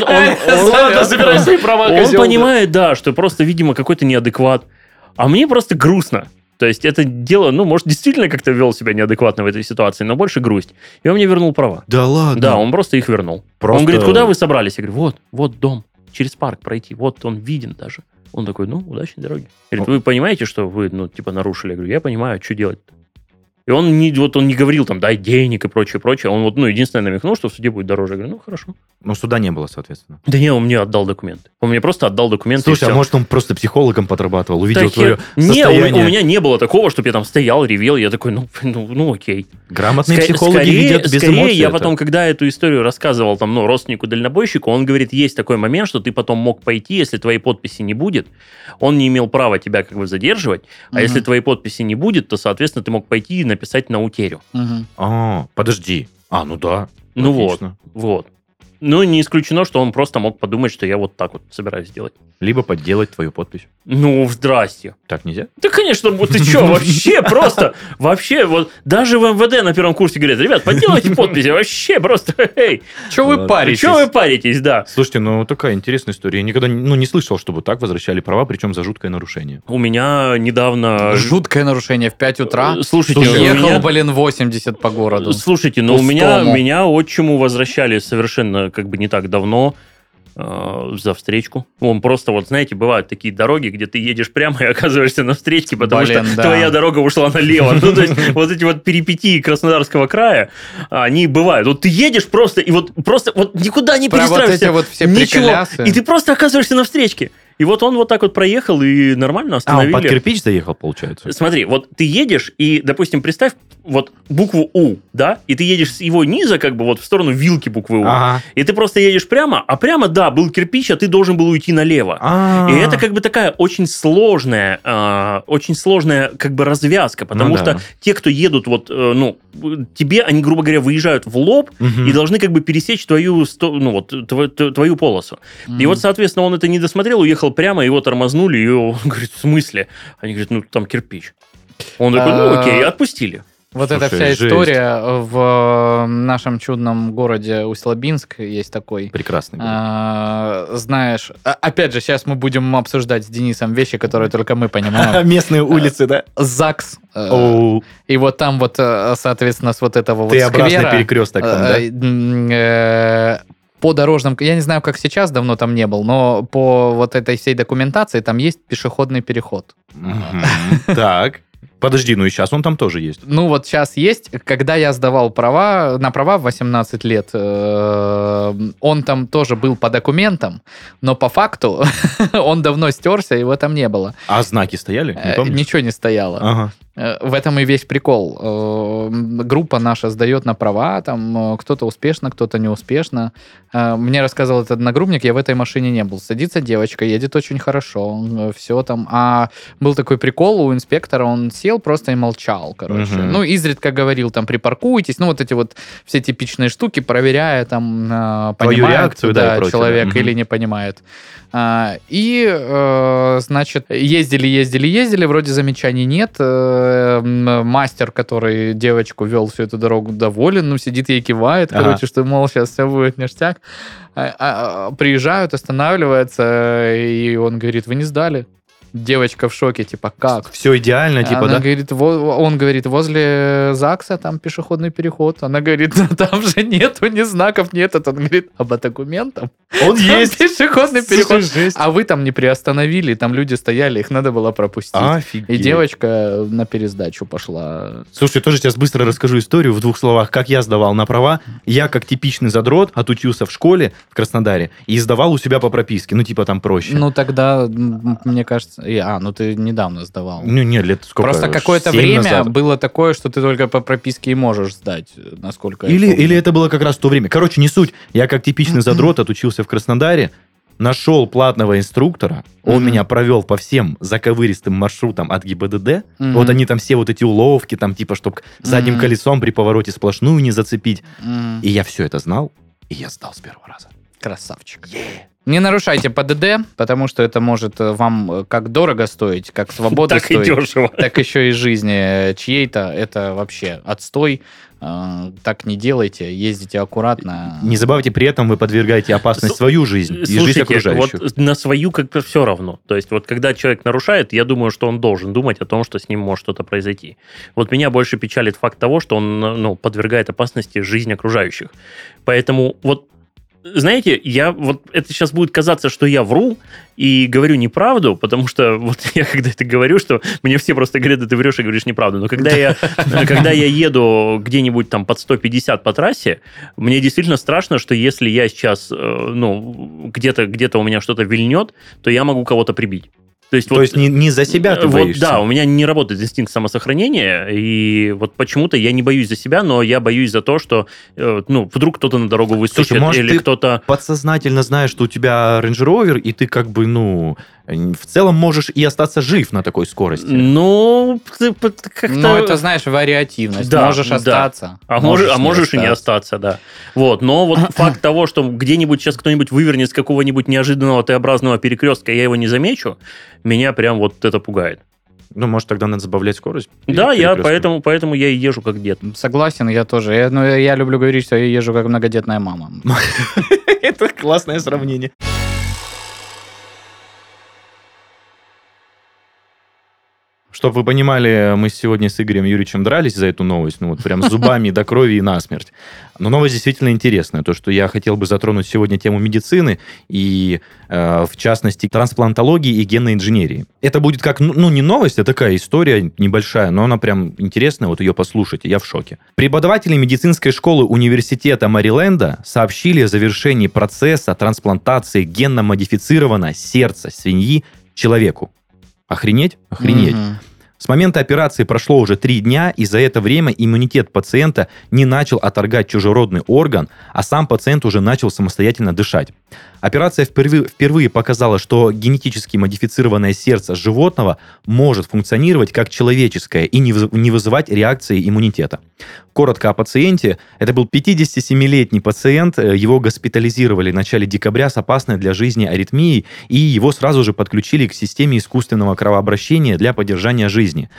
Он понимает, да, что просто, видимо, какой-то неадекват. А мне просто грустно. То есть это дело, ну, может, действительно как-то вел себя неадекватно в этой ситуации, но больше грусть. И он мне вернул права. Да ладно? Да, он просто их вернул. Он говорит, куда вы собрались? Я говорю, вот дом, через парк пройти, вот он виден даже. Он такой, ну, удачной дороги. Говорит, вы понимаете, что вы, ну, типа, нарушили? Я говорю, я понимаю, что делать-то? И он не говорил там, дай денег и прочее. Он вот, ну, единственное намекнул, что в суде будет дороже. Я говорю, ну, хорошо. Но суда не было, соответственно. Да не, он мне отдал документы. Он мне просто отдал документы. Слушай, а может, он просто психологом подрабатывал, увидел твое Не, состояние? у меня не было такого, чтобы я там стоял, ревел. Я такой, ну окей. Грамотные психологи видят без эмоций. Я потом, когда эту историю рассказывал там, ну, родственнику-дальнобойщику, он говорит, есть такой момент, что ты потом мог пойти, если твоей подписи не будет, он не имел права тебя как бы задерживать, а если твоей подписи не будет, то, соответственно, ты мог пойти и написать на утерю. Подожди. Ну да. Ну вот. Ну, не исключено, что он просто мог подумать, что я вот так вот собираюсь сделать. Либо подделать твою подпись. Ну, здрасте. Так нельзя? Да, конечно, ты что, вообще просто, вообще, вот, даже в МВД на первом курсе говорят, ребят, подделайте подписи, вообще просто, эй. Что вы паритесь? Что вы паритесь, да. Слушайте, ну, такая интересная история. Я никогда не слышал, чтобы так возвращали права, причем за жуткое нарушение. У меня недавно... Жуткое нарушение в 5 утра. Слушайте, ехал, 80 по городу. Слушайте, но у меня отчиму возвращали совершенно как бы не так давно за встречку. Он просто, вот знаете, бывают такие дороги, где ты едешь прямо и оказываешься на встречке, потому что твоя дорога ушла налево. Ну, то есть, вот эти вот перипетии Краснодарского края, они бывают. Вот ты едешь просто, и вот просто вот никуда не перестраиваешься. Вот все ничего. И ты просто оказываешься на встречке. И вот он вот так вот проехал, и нормально остановили. Он под кирпич заехал, получается? Смотри, вот ты едешь, и, допустим, представь вот букву У, да, и ты едешь с его низа, как бы вот в сторону вилки буквы У. И ты просто едешь прямо, а прямо, да, был кирпич, а ты должен был уйти налево. И это как бы такая очень сложная как бы развязка, потому что те, кто едут вот, ну, тебе, они, грубо говоря, выезжают в лоб и должны как бы пересечь твою полосу. И вот, соответственно, он это не досмотрел, уехал прямо, его тормознули, и он говорит, в смысле? Они говорят, ну, там кирпич. Он такой, ну, окей, отпустили. Вот эта вся история в нашем чудном городе Усть-Лабинск есть такой. Прекрасный город. Знаешь, опять же, сейчас мы будем обсуждать с Денисом вещи, которые только мы понимаем. Местные улицы, да? ЗАГС. И вот там вот, соответственно, с вот этого вот сквера. Т-образный перекресток там, да? По дорожным... Я не знаю, как сейчас, давно там не был, но по вот этой всей документации там есть пешеходный переход. Так. Подожди, ну и сейчас он там тоже есть. Ну вот сейчас есть. Когда я сдавал на права в 18 лет, он там тоже был по документам, но по факту он давно стерся, его там не было. А знаки стояли? Не помнишь? Ничего не стояло. В этом и весь прикол. Группа наша сдает на права, там кто-то успешно, кто-то не успешно. Мне рассказывал этот одногруппник, я в этой машине не был. Садится девочка, едет очень хорошо, все там. А был такой прикол у инспектора, он сел просто и молчал, короче. Ну, изредка говорил, там, припаркуйтесь, ну, вот эти вот все типичные штуки, проверяя, там, понимает человек или не понимает. И, значит, ездили, вроде замечаний нет. мастер, который девочку вел всю эту дорогу, доволен, сидит ей кивает, короче, что, мол, сейчас все будет ништяк. Приезжают, останавливаются, и он говорит, вы не сдали. Девочка в шоке, типа, как? Все идеально, типа, Она да? говорит, он говорит, возле ЗАГСа там пешеходный переход. Она говорит, ну там же нету ни знаков, нет. Он говорит, а по документам? Он Там есть. пешеходный переход. Слушай, жесть. А вы там не приостановили, там люди стояли, их надо было пропустить. Офигеть. И девочка на пересдачу пошла. Слушай, тоже сейчас быстро расскажу историю в 2 словах, как я сдавал на права. Я, как типичный задрот, отучился в школе в Краснодаре и сдавал у себя по прописке. Ну, типа, там проще. Ну, тогда, мне кажется... ну ты недавно сдавал. Ну, нет, лет сколько? Просто какое-то 7 время назад. было такое, что ты только по прописке и можешь сдать, насколько я помню. Или это было как раз в то время. Короче, не суть. Я, как типичный задрот, отучился в Краснодаре, нашел платного инструктора, он меня провел по всем заковыристым маршрутам от ГИБДД. Вот они там все вот эти уловки, там типа, чтобы задним колесом при повороте сплошную не зацепить. И я все это знал, и я сдал с первого раза. Красавчик. Не нарушайте ПДД, потому что это может вам как дорого стоить, как свобода Так и стоить, дешево. так еще и жизни чьей-то. Это вообще отстой. Так не делайте, ездите аккуратно. Не забывайте, при этом вы подвергаете опасность свою жизнь и жизнь Слушайте, окружающих. вот на свою как-то все равно. То есть вот когда человек нарушает, я думаю, что он должен думать о том, что с ним может что-то произойти. Вот меня больше печалит факт того, что он подвергает опасности жизнь окружающих. Поэтому вот знаете, это сейчас будет казаться, что я вру и говорю неправду, потому что вот я когда это говорю, что мне все просто говорят, да ты врешь и говоришь неправду. Но когда я еду где-нибудь там под 150 по трассе, мне действительно страшно, что если я сейчас, где-то у меня что-то вильнет, то я могу кого-то прибить. То есть не за себя ты боишься? Да, у меня не работает инстинкт самосохранения, и вот почему-то я не боюсь за себя, но я боюсь за то, что вдруг кто-то на дорогу выскочит, Слушай, может, или ты кто-то... подсознательно знаешь, что у тебя Range Rover, и ты как бы, в целом можешь и остаться жив на такой скорости. Ну, как-то... Ну, это, знаешь, вариативность. Да, можешь да. остаться. Можешь и не остаться, да. Вот, но вот факт того, что где-нибудь сейчас кто-нибудь вывернет с какого-нибудь неожиданного Т-образного перекрестка, я его не замечу, меня прям вот это пугает. Ну, может, тогда надо забавлять скорость? Да, поэтому я и езжу как дед. Согласен, я тоже. Я люблю говорить, что я езжу как многодетная мама. Это классное сравнение. Чтобы вы понимали, мы сегодня с Игорем Юрьевичем дрались за эту новость, прям зубами до крови и насмерть. Но новость действительно интересная. То, что я хотел бы затронуть сегодня тему медицины и, в частности, трансплантологии и генной инженерии. Это будет как, не новость, а такая история небольшая, но она прям интересная, вот ее послушайте, я в шоке. Преподаватели медицинской школы университета Мэриленда сообщили о завершении процесса трансплантации генно-модифицированного сердца свиньи человеку. Охренеть? Охренеть. С момента операции прошло уже 3 дня, и за это время иммунитет пациента не начал отторгать чужеродный орган, а сам пациент уже начал самостоятельно дышать. Операция впервые показала, что генетически модифицированное сердце животного может функционировать как человеческое и не вызывать реакции иммунитета. Коротко о пациенте. Это был 57-летний пациент. Его госпитализировали в начале декабря с опасной для жизни аритмией, и его сразу же подключили к системе искусственного кровообращения для поддержания жизни.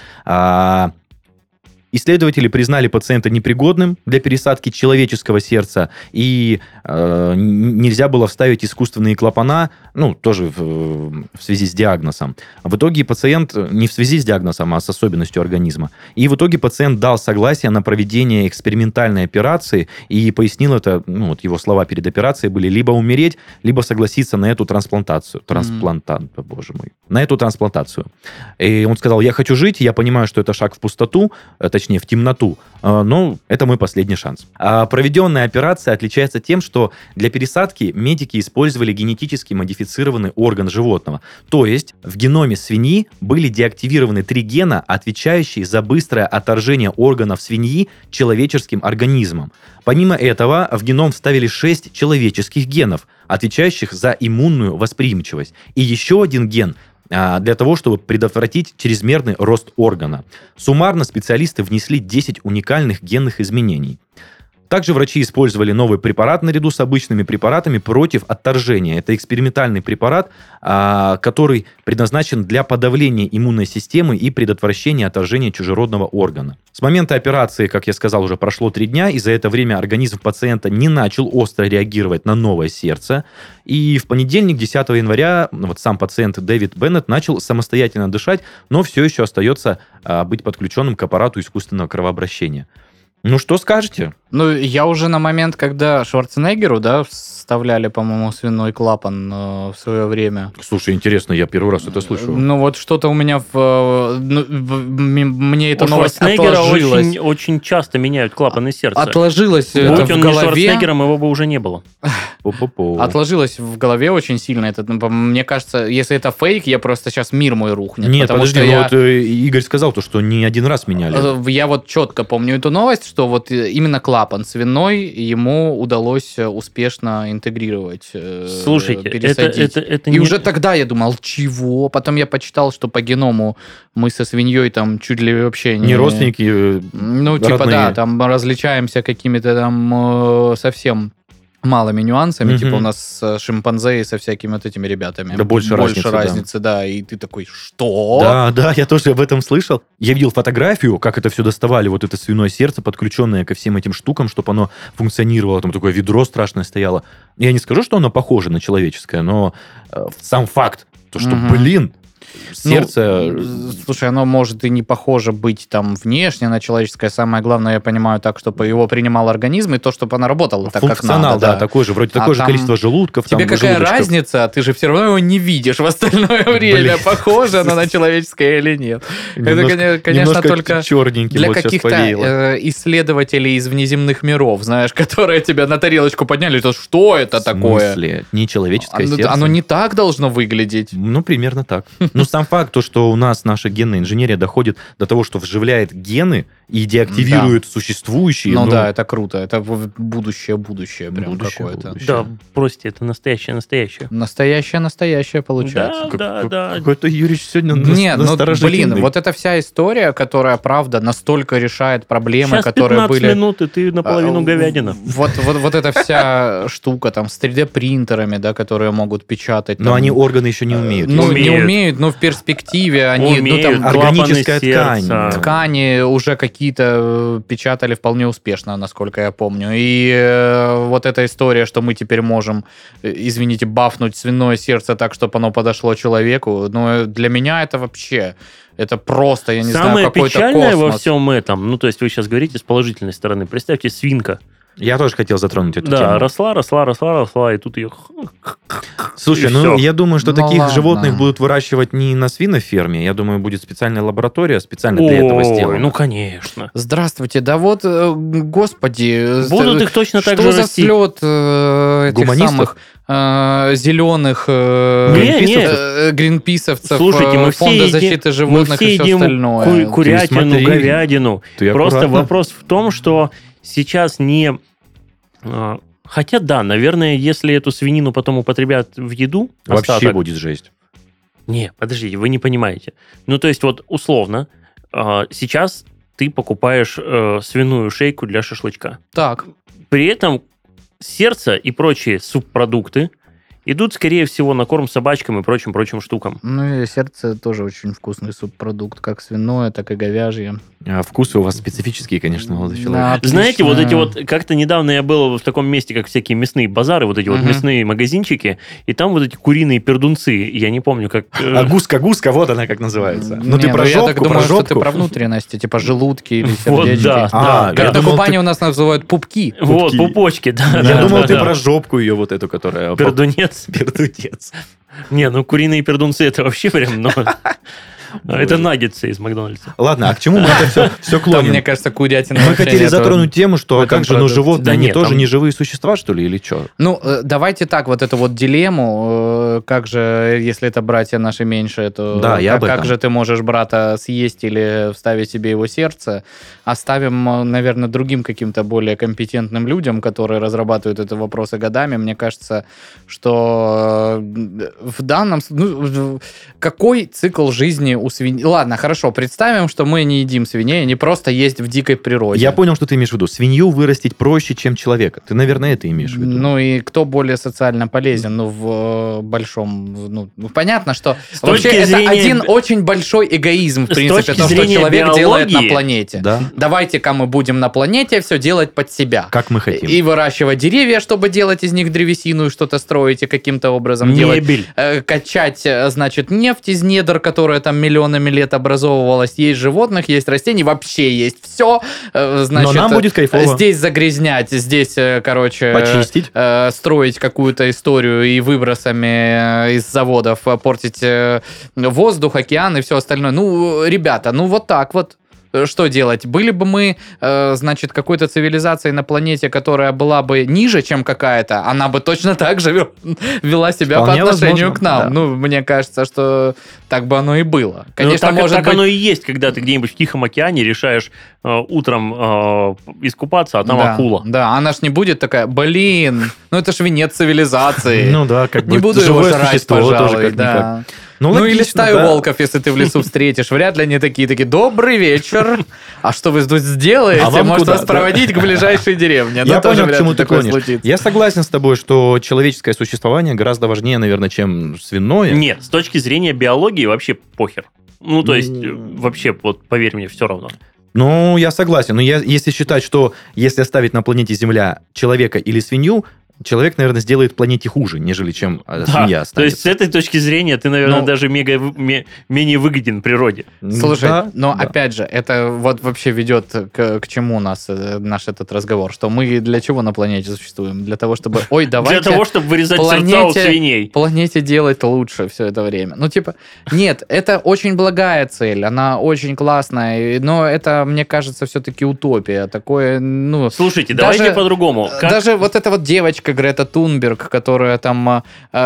Исследователи признали пациента непригодным для пересадки человеческого сердца, и нельзя было вставить искусственные клапана, тоже в связи с диагнозом. В итоге пациент, не в связи с диагнозом, а с особенностью организма, и в итоге пациент дал согласие на проведение экспериментальной операции и пояснил это, его слова перед операцией были либо умереть, либо согласиться на эту трансплантацию. Боже мой. На эту трансплантацию. И он сказал, я хочу жить, я понимаю, что это шаг в пустоту, точнее, в темноту, но это мой последний шанс. Проведенная операция отличается тем, что для пересадки медики использовали генетически модифицированный орган животного. То есть в геноме свиньи были деактивированы 3 гена, отвечающие за быстрое отторжение органов свиньи человеческим организмом. Помимо этого, в геном вставили 6 человеческих генов, отвечающих за иммунную восприимчивость. И еще 1 ген для того, чтобы предотвратить чрезмерный рост органа. Суммарно специалисты внесли 10 уникальных генных изменений. Также врачи использовали новый препарат наряду с обычными препаратами против отторжения. Это экспериментальный препарат, который предназначен для подавления иммунной системы и предотвращения отторжения чужеродного органа. С момента операции, как я сказал, уже прошло 3 дня, и за это время организм пациента не начал остро реагировать на новое сердце. И в понедельник, 10 января, вот сам пациент Дэвид Беннет начал самостоятельно дышать, но все еще остается быть подключенным к аппарату искусственного кровообращения. Ну, что скажете? Ну, я уже на момент, когда Шварценеггеру, да, вставляли, по-моему, свиной клапан в свое время. Слушай, интересно, я первый раз это слышу. Ну, вот что-то у меня мне эта новость Шварценеггера отложилась. очень часто меняют клапаны сердца. Отложилось это Будь в он не голове. Шварценеггером, его бы уже не было. Отложилось в голове очень сильно. Это, мне кажется, если это фейк, я просто сейчас мир мой рухнет. Нет, потому подожди, что вот Игорь сказал, что не один раз меняли. я вот четко помню эту новость, что вот именно клапан свиной ему удалось успешно интегрировать, Слушайте, пересадить. это И не... уже тогда я думал, чего? Потом я почитал, что по геному мы со свиньей там чуть ли вообще Не родственники, Ну, типа, родные. да, там различаемся какими-то там совсем малыми нюансами, типа у нас шимпанзе и со всякими вот этими ребятами. Да больше разницы, да. И ты такой, что? Да, я тоже об этом слышал. Я видел фотографию, как это все доставали, вот это свиное сердце, подключенное ко всем этим штукам, чтобы оно функционировало, там такое ведро страшное стояло. Я не скажу, что оно похоже на человеческое, но сам факт, то, что, блин, сердце... Ну, слушай, оно может и не похоже быть там внешне на человеческое. Самое главное, я понимаю, так, чтобы его принимал организм, и то, чтобы оно работало так, как надо. Функционал, да, такой же, вроде такое же количество желудков. Тебе какая разница? Ты же все равно его не видишь в остальное время. Похоже оно на человеческое или нет. Это, конечно, только для каких-то исследователей из внеземных миров, знаешь, которые тебя на тарелочку подняли, то что это такое? В смысле? Не человеческое сердце? Оно не так должно выглядеть. Ну, примерно так. Ну, сам факт, то, что у нас наша генная инженерия доходит до того, что вживляет гены и деактивирует существующие. Ну да, это круто. Это будущее прям какое-то. Да, простите, это настоящее. Настоящее получается. Да. Какой-то Юрич сегодня Нет, ну, блин, вот эта вся история, которая, правда, настолько решает проблемы, сейчас которые 15 были... минут, и ты наполовину говядина. Вот эта вся штука там с 3D-принтерами, да, которые могут печатать. Но они органы еще не умеют. Ну, не умеют, но в перспективе они... Умеют, ну, там, органическая ткань. Ткани уже какие-то печатали вполне успешно, насколько я помню. И вот эта история, что мы теперь можем, извините, бафнуть свиное сердце так, чтобы оно подошло человеку, ну, для меня это вообще... Это просто, я не знаю, какой-то космос. Самое печальное во всем этом, ну, то есть вы сейчас говорите с положительной стороны, представьте, свинка. Я тоже хотел затронуть эту тему. Да, росла, и тут ее... Слушай, я думаю, что Ну таких ладно. животных будут выращивать не на свиноферме. Я думаю, будет специальная лаборатория специально для этого сделана. Ну, конечно. Здравствуйте, да вот, господи... Будут их точно так же Что за расти. слет этих Гуманистов? самых зеленых гринписовцев, Слушайте, мы все фонда едим- защиты животных мы все и все едим остальное? курятину, Ты смотри. говядину. Ты Просто аккуратно. вопрос в том, что сейчас не... Хотя да, наверное, если эту свинину потом употребят в еду... Вообще остаток- будет жесть. Не, подождите, вы не понимаете. Ну, то есть, вот, условно, сейчас ты покупаешь свиную шейку для шашлычка. Так, При этом сердце и прочие субпродукты идут, скорее всего, на корм собачкам и прочим штукам. ну и сердце тоже очень вкусный субпродукт, как свиное, так и говяжье. Вкусы у вас специфические, конечно, молодой человек. Да, Знаете, вот отлично. эти вот, как-то недавно я был в таком месте, как всякие мясные базары, вот эти вот мясные магазинчики, и там вот эти куриные пердунцы, я не помню, как... А гуска, вот она как называется. Ну, ты Не, про я так жопку, думаю, про что ты жопку. про внутренности, типа желудки или Вот, сердечки. да. А, Как я на думал, Кубани ты- у нас называют пупки. Вот, пупочки, да. Я да, думал, да, ты да. про жопку ее вот эту, которая... Пердунец. Пердунец. Не, ну куриные пердунцы это вообще прям, ну... Это наггетсы из Макдональдса. Ладно, а к чему мы это все Там, клоним? мне кажется, курятина Мы вообще хотели нету. затронуть тему, что в а этом как же, ну, продукте. животные, Да они нет, тоже там- не живые существа, что ли, или что? Ну, давайте так, вот эту вот дилемму, как же, если это братья наши меньшие, то Да, я об как этом. же ты можешь брата съесть или вставить себе его сердце? Оставим, наверное, другим каким-то более компетентным людям, которые разрабатывают эти вопросы годами. Мне кажется, что в данном... какой цикл жизни у свиней... Ладно, хорошо, представим, что мы не едим свиней, они просто есть в дикой природе. Я понял, что ты имеешь в виду. Свинью вырастить проще, чем человека. Ты, наверное, это имеешь в виду. Ну и кто более социально полезен? Ну, в большом... Ну, понятно, что вообще это один очень большой эгоизм, в принципе, то, что человек делает на планете. Да. Давайте-ка мы будем на планете все делать под себя. Как мы хотим. И выращивать деревья, чтобы делать из них древесину и что-то строить, и каким-то образом делать. Качать, значит, нефть из недр, которая там миллионами лет образовывалась. Есть животных, есть растений, вообще есть все. Значит, но нам будет кайфово. Здесь загрязнять, здесь, короче... Почистить. Строить какую-то историю и выбросами из заводов портить воздух, океан и все остальное. Ну, ребята, ну вот так вот. Что делать? Были бы мы, значит, какой-то цивилизацией на планете, которая была бы ниже, чем какая-то, она бы точно так же вела себя вполне по отношению к нам. Да. Ну, мне кажется, что так бы оно и было. Конечно, так, может так быть... оно и есть, когда ты где-нибудь в Тихом океане решаешь утром искупаться, а там акула. Да, она ж не будет такая, блин, ну это ж венец цивилизации. Ну да, как бы не буду его жрать, пожалуй, тоже как-никак. Ну логично, или стаю волков, если ты в лесу встретишь. Вряд ли они такие, добрый вечер. А что вы тут сделаете? Может вас проводить к ближайшей деревне. Я понял, к чему ты клонишь. Я согласен с тобой, что человеческое существование гораздо важнее, наверное, чем свиное. Нет, с точки зрения биологии вообще похер. Ну, то есть, вообще, вот поверь мне, все равно. Ну, я согласен. Но если считать, что если оставить на планете Земля человека или свинью, человек, наверное, сделает планете хуже, нежели чем свинья останется. То есть, с этой точки зрения, ты, наверное, даже менее выгоден природе. Слушай, но опять же, это вот вообще ведет к чему нас наш этот разговор, что мы для чего на планете существуем? Для того, чтобы... Ой, давайте... Для того, чтобы вырезать сердца у свиней. Планете делать лучше все это время. Ну, типа, нет, это очень благая цель, она очень классная, но это, мне кажется, все-таки утопия. Такое, ну... Слушайте, давайте по-другому. Даже вот эта вот девочка Грета Тунберг, которая там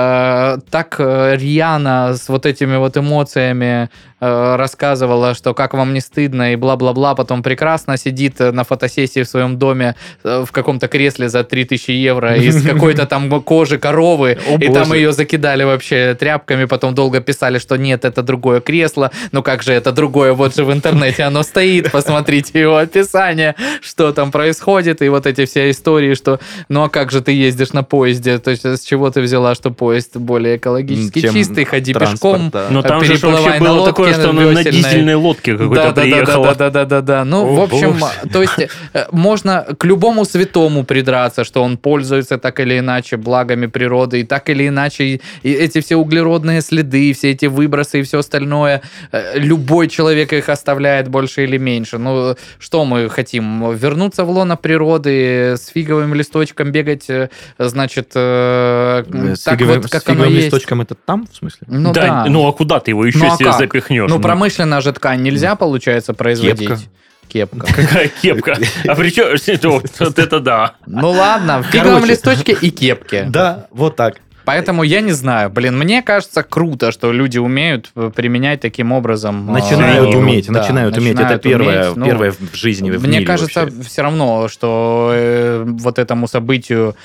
так рьяно с вот этими вот эмоциями рассказывала, что как вам не стыдно и бла-бла-бла, потом прекрасно сидит на фотосессии в своем доме в каком-то кресле за 3000 евро из какой-то там кожи коровы, и там ее закидали вообще тряпками, потом долго писали, что нет, это другое кресло, ну как же это другое, вот же в интернете оно стоит, посмотрите его описание, что там происходит, и вот эти все истории, что ну а как же ты ездишь на поезде, то есть с чего ты взяла, что поезд более экологически чистый, ходи пешком, но там же вообще было такое, что она на дизельной лодке какой-то приехала. Да. Ну, в общем, то есть можно к любому святому придраться, что он пользуется так или иначе благами природы, и так или иначе и эти все углеродные следы, все эти выбросы и все остальное, любой человек их оставляет больше или меньше. Ну, что мы хотим? Вернуться в лоно природы, с фиговым листочком бегать, значит, так вот, как оно есть. С листочком это там, в смысле? Ну да. Ну, а куда ты его еще себе запихнешь? Ну, промышленная же ткань нельзя, получается, производить. Кепка. Какая кепка? А при чем? Вот это да. Ну ладно, в фиговом листочке и кепке. Да, вот так. Поэтому я не знаю. Блин, мне кажется круто, что люди умеют применять таким образом. Начинают уметь. Это первое в жизни, в Мне мире кажется, вообще. все равно, что вот этому событию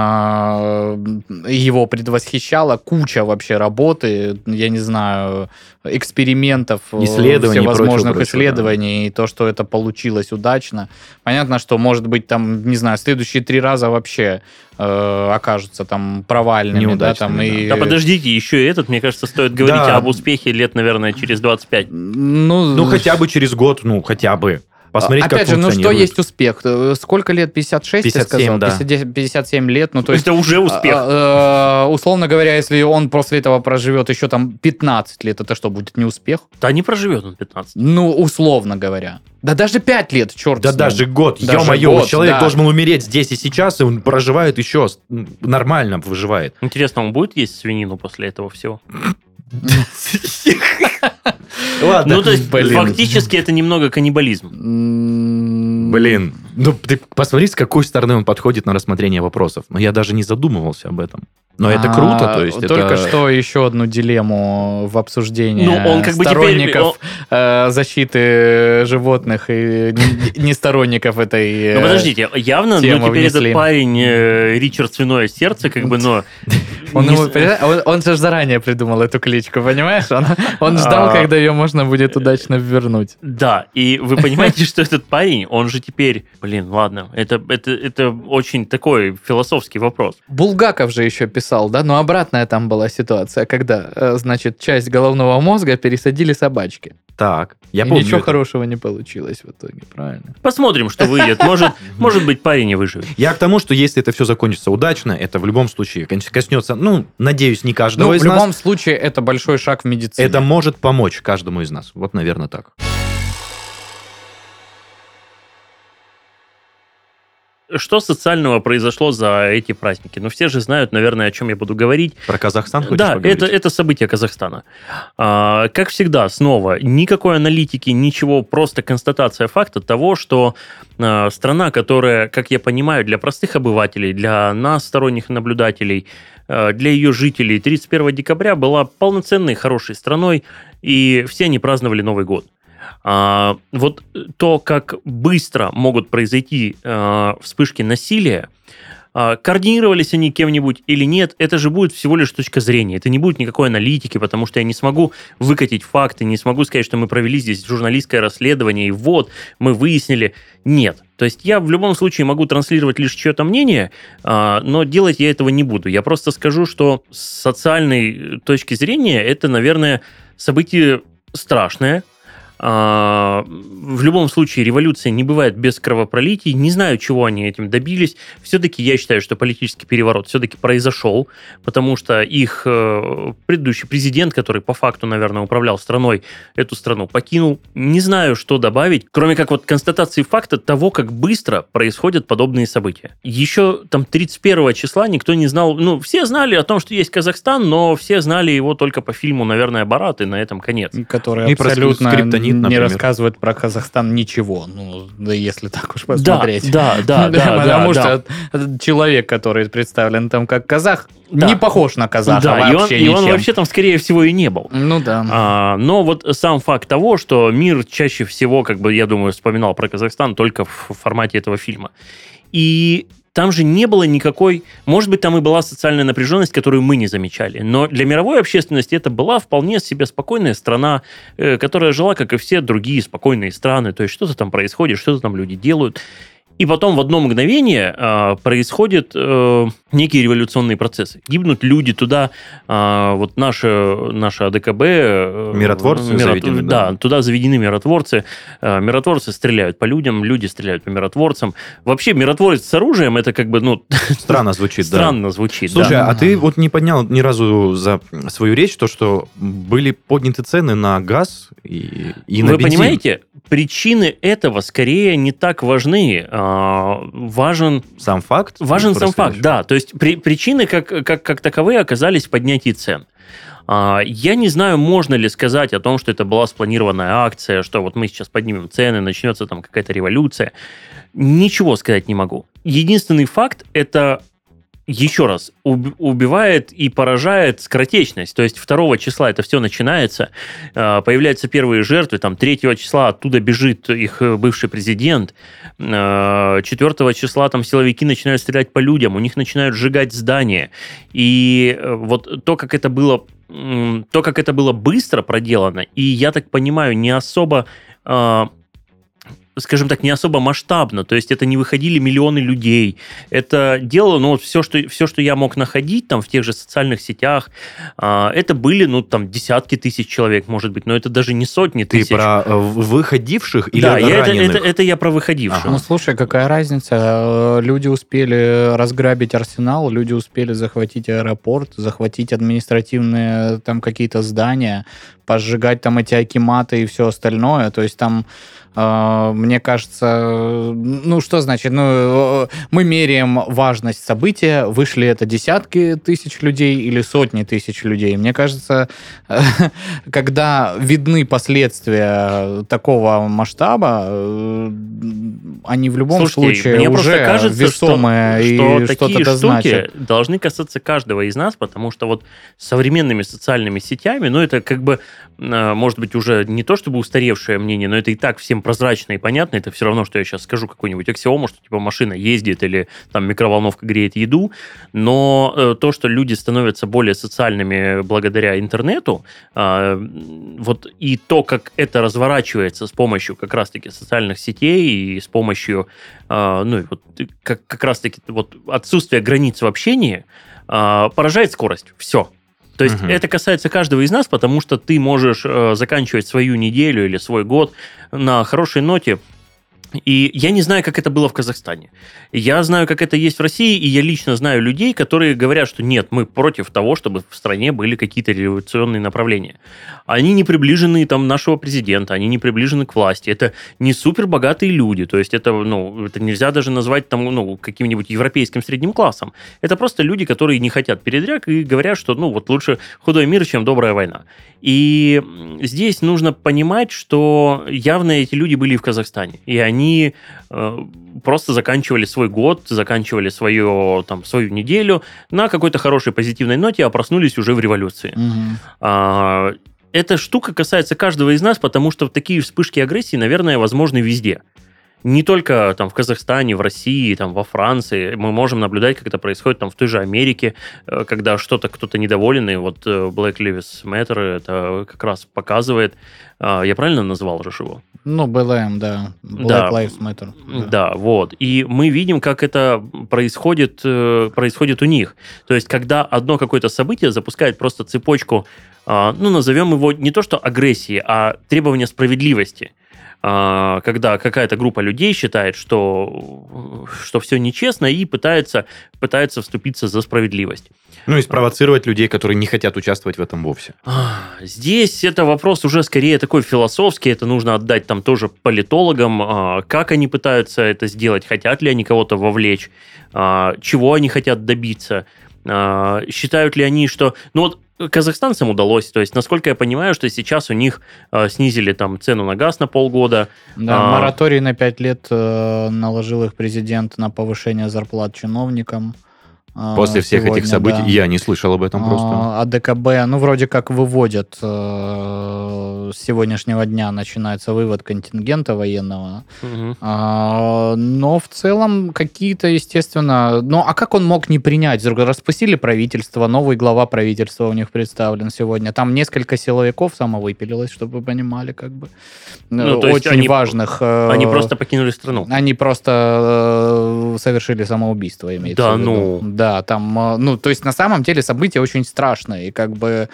его предвосхищала куча вообще работы, я не знаю, экспериментов, всевозможных исследований, и то, что это получилось удачно. Понятно, что, может быть, там, не знаю, следующие 3 раза вообще окажутся там провальными. Да, там, и... да подождите, еще и этот, мне кажется, стоит говорить об успехе лет, наверное, через 25. Ну, хотя бы через год, ну, хотя бы. Посмотреть, опять как же, ну что есть успех? Сколько лет? 56, 57, ты сказал? да. 57 лет. Ну, то есть, это уже успех. Условно говоря, если он после этого проживет еще там 15 лет, это что, будет не успех? Да не проживет он 15. Ну, условно говоря. Да даже 5 лет, черт Да с ним. даже год. Даже Ё-моё, год, человек да. должен был умереть здесь и сейчас, и он проживает еще, нормально выживает. Интересно, он будет есть свинину после этого всего? Ладно. Ну, то есть, фактически это немного каннибализм. Блин, ну ты посмотри, с какой стороны он подходит на рассмотрение вопросов. Но я даже не задумывался об этом. Но это круто, то есть только это... что еще одну дилемму в обсуждении Ну, он как бы сторонников защиты животных и не сторонников этой Ну, подождите, явно, темы теперь внесли. этот парень Ричард Свиное Сердце, как бы, но Он же заранее придумал эту кличку, понимаешь? Он ждал, когда ее можно будет удачно вернуть. Да, и вы понимаете, что этот парень, он же теперь... Блин, ладно, это очень такой философский вопрос. Булгаков же еще писал, да? Но обратная там была ситуация, когда, значит, часть головного мозга пересадили собачки. Так, я и помню. Ничего это. хорошего не получилось в итоге, правильно? Посмотрим, что выйдет. Может быть, парень не выживет. Я к тому, что если это все закончится удачно, это в любом случае коснется, надеюсь, не каждого из в нас. любом случае, это большой шаг в медицине. Это может помочь каждому из нас. Вот, наверное, так. Что социального произошло за эти праздники? Все же знают, наверное, о чем я буду говорить. Про Казахстан хочешь Да, поговорить? это событие Казахстана. Как всегда, снова, никакой аналитики, ничего, просто констатация факта того, что страна, которая, как я понимаю, для простых обывателей, для нас, сторонних наблюдателей, для ее жителей 31 декабря была полноценной, хорошей страной, и все они праздновали Новый год. Вот то, как быстро могут произойти вспышки насилия, координировались они кем-нибудь или нет, это же будет всего лишь точка зрения. Это не будет никакой аналитики, потому что я не смогу выкатить факты, не смогу сказать, что мы провели здесь журналистское расследование, и вот, мы выяснили. Нет. То есть я в любом случае могу транслировать лишь чье-то мнение, но делать я этого не буду. Я просто скажу, что с социальной точки зрения это, наверное, событие страшное. В любом случае, революция не бывает без кровопролитий. Не знаю, чего они этим добились. Все-таки я считаю, что политический переворот все-таки произошел, потому что их предыдущий президент, который по факту, наверное, управлял страной, эту страну покинул. Не знаю, что добавить, кроме как вот констатации факта того, как быстро происходят подобные события. Еще там 31 числа никто не знал, все знали о том, что есть Казахстан, но все знали его только по фильму, наверное, «Барат», и на этом конец. Который абсолютно не рассказывает про Казахстан ничего, если так уж посмотреть. Да. Потому что человек, который представлен там как казах, не похож на казаха вообще ничем. И он вообще там, скорее всего, и не был. Но вот сам факт того, что мир чаще всего, я думаю, вспоминал про Казахстан только в формате этого фильма. И там же не было никакой... Может быть, там и была социальная напряженность, которую мы не замечали. Но для мировой общественности это была вполне себе спокойная страна, которая жила, как и все другие спокойные страны. То есть что-то там происходит, что-то там люди делают. И потом в одно мгновение происходят некие революционные процессы. Гибнут люди туда, вот наши АДКБ... Миротворцы заведены. Да, туда заведены миротворцы. Миротворцы стреляют по людям, люди стреляют по миротворцам. Вообще миротворец с оружием, это Странно звучит, да. Странно звучит, Слушай, а ты вот не поднял ни разу за свою речь то, что были подняты цены на газ и на Вы бензин. понимаете, причины этого скорее не так важны. Важен сам факт? Важен сам факт, да. То есть причины как таковые оказались в поднятии цен. Я не знаю, можно ли сказать о том, что это была спланированная акция, что вот мы сейчас поднимем цены, начнется там какая-то революция. Ничего сказать не могу. Единственный факт – это... Еще раз, убивает и поражает скоротечность. То есть 2 числа это все начинается, появляются первые жертвы, 3 числа оттуда бежит их бывший президент, 4 числа силовики начинают стрелять по людям, у них начинают сжигать здания. И вот то, как это было быстро проделано, и, я так понимаю, не особо... скажем так, не особо масштабно, то есть это не выходили миллионы людей, это делало, все, что я мог находить в тех же социальных сетях, это были, десятки тысяч человек, может быть, но это даже не сотни тысяч. Ты про выходивших или да, раненых? это я про выходивших. Ага. Слушай, какая разница, люди успели разграбить арсенал, люди успели захватить аэропорт, захватить административные какие-то здания, пожигать эти акиматы и все остальное, то есть мне кажется, что значит? Мы меряем важность события, вышли это десятки тысяч людей или сотни тысяч людей. Мне кажется, когда видны последствия такого масштаба, они в любом Слушайте, случае мне уже просто кажется, весомые, что и такие что-то штуки значит. должны касаться каждого из нас, потому что вот современными социальными сетями, ну, это как бы, может быть, уже не то чтобы устаревшее мнение, но это и так всем прозрачно и понятно. Это все равно, что я сейчас скажу какую-нибудь аксиому, что типа машина ездит или там микроволновка греет еду, но то, что люди становятся более социальными благодаря интернету, вот и то, как это разворачивается с помощью как раз-таки социальных сетей и с помощью, ну, вот, как раз-таки вот отсутствия границ в общении, поражает скорость. Все. То есть это касается каждого из нас, потому что ты можешь заканчивать свою неделю или свой год на хорошей ноте. И я не знаю, как это было в Казахстане. Я знаю, как это есть в России, и я лично знаю людей, которые говорят, что нет, мы против того, чтобы в стране были какие-то революционные направления. Они не приближены там нашего президента, они не приближены к власти. Это не супербогатые люди, то есть это, ну, это нельзя даже назвать там, ну, каким-нибудь европейским средним классом. Это просто люди, которые не хотят передряг и говорят, что, ну, вот лучше худой мир, чем добрая война. И здесь нужно понимать, что явно эти люди были и в Казахстане, и они просто заканчивали свой год, заканчивали свою неделю на какой-то хорошей позитивной ноте, а проснулись уже в революции. Эта штука касается каждого из нас, потому что такие вспышки агрессии, наверное, возможны везде. Не только там в Казахстане, в России, там во Франции. Мы можем наблюдать, как это происходит там в той же Америке, когда что-то кто-то недоволен, и вот Black Lives Matter это как раз показывает. Я правильно назвал же его? Ну, BLM, да. Black Lives Matter. Да, вот. И мы видим, как это происходит у них. То есть, когда одно какое-то событие запускает просто цепочку, ну, назовем его не то что агрессии, а требования справедливости. Когда какая-то группа людей считает, что все нечестно и пытается вступиться за справедливость. Ну и спровоцировать людей, которые не хотят участвовать в этом вовсе. Здесь это вопрос уже скорее такой философский, это нужно отдать там тоже политологам, как они пытаются это сделать, хотят ли они кого-то вовлечь, чего они хотят добиться, считают ли они, что... Ну вот казахстанцам удалось, то есть, насколько я понимаю, что сейчас у них снизили там цену на газ на полгода. Да, мораторий на 5 лет наложил их президент на повышение зарплат чиновникам. После всех этих событий, да. Я не слышал об этом просто. АДКБ, ну, вроде как выводят с сегодняшнего дня, начинается вывод контингента военного. Но в целом какие-то, естественно... Ну, а как он мог не принять? Распустили правительство, новый глава правительства у них представлен сегодня. Там несколько силовиков самовыпилилось, чтобы вы понимали, как бы. Ну, то есть очень важных... Они просто покинули страну. Они просто совершили самоубийство, имеется в виду. Да, там, ну, то есть на самом деле события очень страшные, и как бы,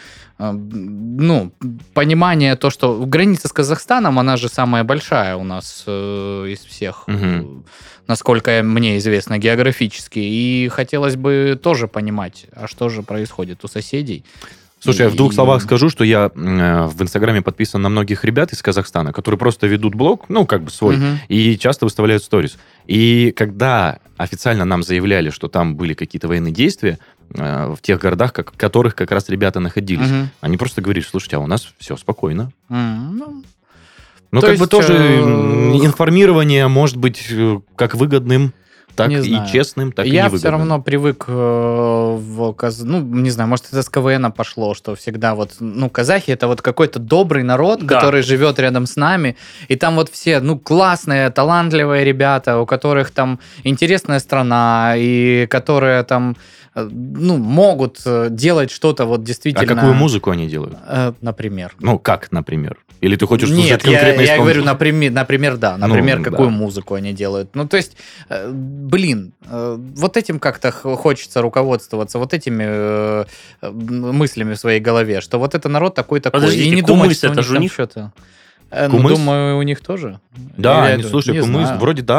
ну, понимание то, что граница с Казахстаном, она же самая большая у нас из всех, насколько мне известно, географически, и хотелось бы тоже понимать, а что же происходит у соседей. Слушай, я в 2 словах скажу, что я в Инстаграме подписан на многих ребят из Казахстана, которые просто ведут блог, ну, как бы свой, и часто выставляют сторис. И когда официально нам заявляли, что там были какие-то военные действия в тех городах, в которых как раз ребята находились, они просто говорили, слушайте, а у нас все спокойно. Ну, как бы тоже информирование может быть как выгодным, так и честным, так и невыгодным. Я все равно привык ну, не знаю, может, это с КВН пошло, что всегда вот, ну, казахи — это вот какой-то добрый народ, который живет рядом с нами, и там вот все, ну, классные, талантливые ребята, у которых там интересная страна, и которые там, ну, могут делать что-то вот действительно... А какую музыку они делают? Например. Ну, как, например? Или ты хочешь слушать конкретно я говорю, например, да. Например, какую музыку они делают. Ну, то есть, блин, вот этим как-то хочется руководствоваться, вот этими мыслями в своей голове, что вот это народ такой-такой. Подождите, и не думать, что у них что-то... Ну, думаю, у них тоже. Да, слушай, кумыс, вроде да.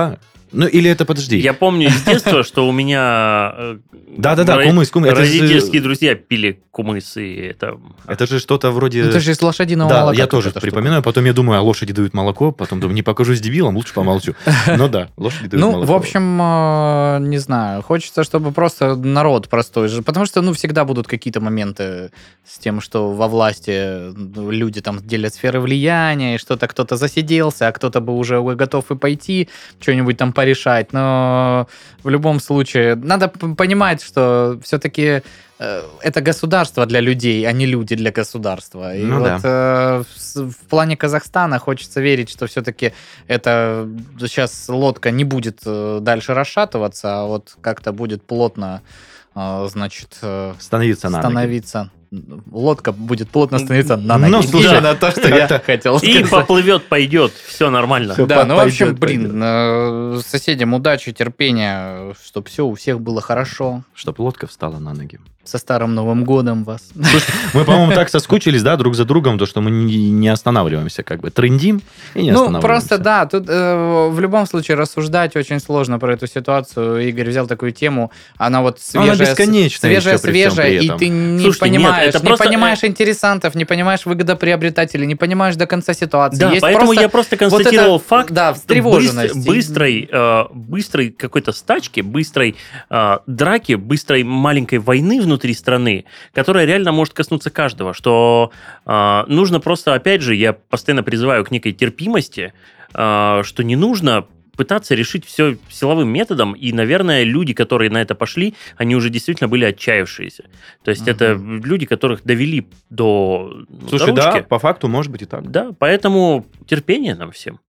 Ну, или это, подожди. Я помню из детства, что у меня Да-да-да, кумыс. родительские друзья пили кумыс, и это... Это же что-то вроде... Это же из лошадиного Да, молока. я тоже припоминаю, потом я думаю, а лошади дают молоко, потом думаю, не покажусь дебилом, лучше помолчу. Но да, лошади дают молоко. Ну, в общем, не знаю, хочется, чтобы просто народ простой же, потому что, всегда будут какие-то моменты с тем, что во власти люди там делят сферы влияния, и что-то кто-то засиделся, а кто-то бы уже готов и пойти, что-нибудь там порешать, но в любом случае надо понимать, что все-таки это государство для людей, а не люди для государства. И в плане Казахстана хочется верить, что все-таки это сейчас лодка не будет дальше расшатываться, а вот как-то будет плотно, значит, становиться. Лодка будет плотно становиться на ноги. Именно то, что я хотел сказать. И поплывет, пойдет, все нормально. Да, в общем, соседям удачи, терпения, чтобы все у всех было хорошо. Чтобы лодка встала на ноги. Со Старым Новым Годом вас. Слушайте, мы, по-моему, так соскучились, да, друг за другом, то, что мы не останавливаемся, как бы трендим и не останавливаемся. Просто, да, тут в любом случае рассуждать очень сложно про эту ситуацию. Игорь взял такую тему, она вот свежая, и ты не понимаешь интересантов, не понимаешь выгодоприобретателей, не понимаешь до конца ситуации. Да, есть поэтому я просто констатировал факт встревоженности. Быстрой какой-то стачки, быстрой драки, быстрой маленькой войны внутри страны, которая реально может коснуться каждого, что нужно просто, опять же, я постоянно призываю к некой терпимости, что не нужно пытаться решить все силовым методом, и, наверное, люди, которые на это пошли, они уже действительно были отчаявшиеся. То есть это люди, которых довели до Слушай, ручки. да, по факту может быть и так. Да, поэтому терпение нам всем.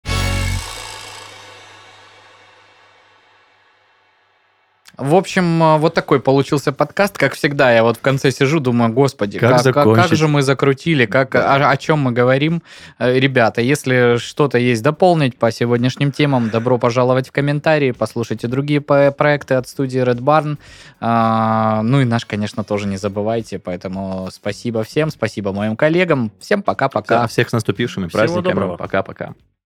В общем, вот такой получился подкаст. Как всегда, я вот в конце сижу, думаю, господи, как же мы закрутили, о чем мы говорим. Ребята, если что-то есть дополнить по сегодняшним темам, добро пожаловать в комментарии, послушайте другие проекты от студии Red Barn. Ну и наш, конечно, тоже не забывайте. Поэтому спасибо всем, спасибо моим коллегам. Всем пока-пока. Всех с наступившими праздниками. Пока-пока.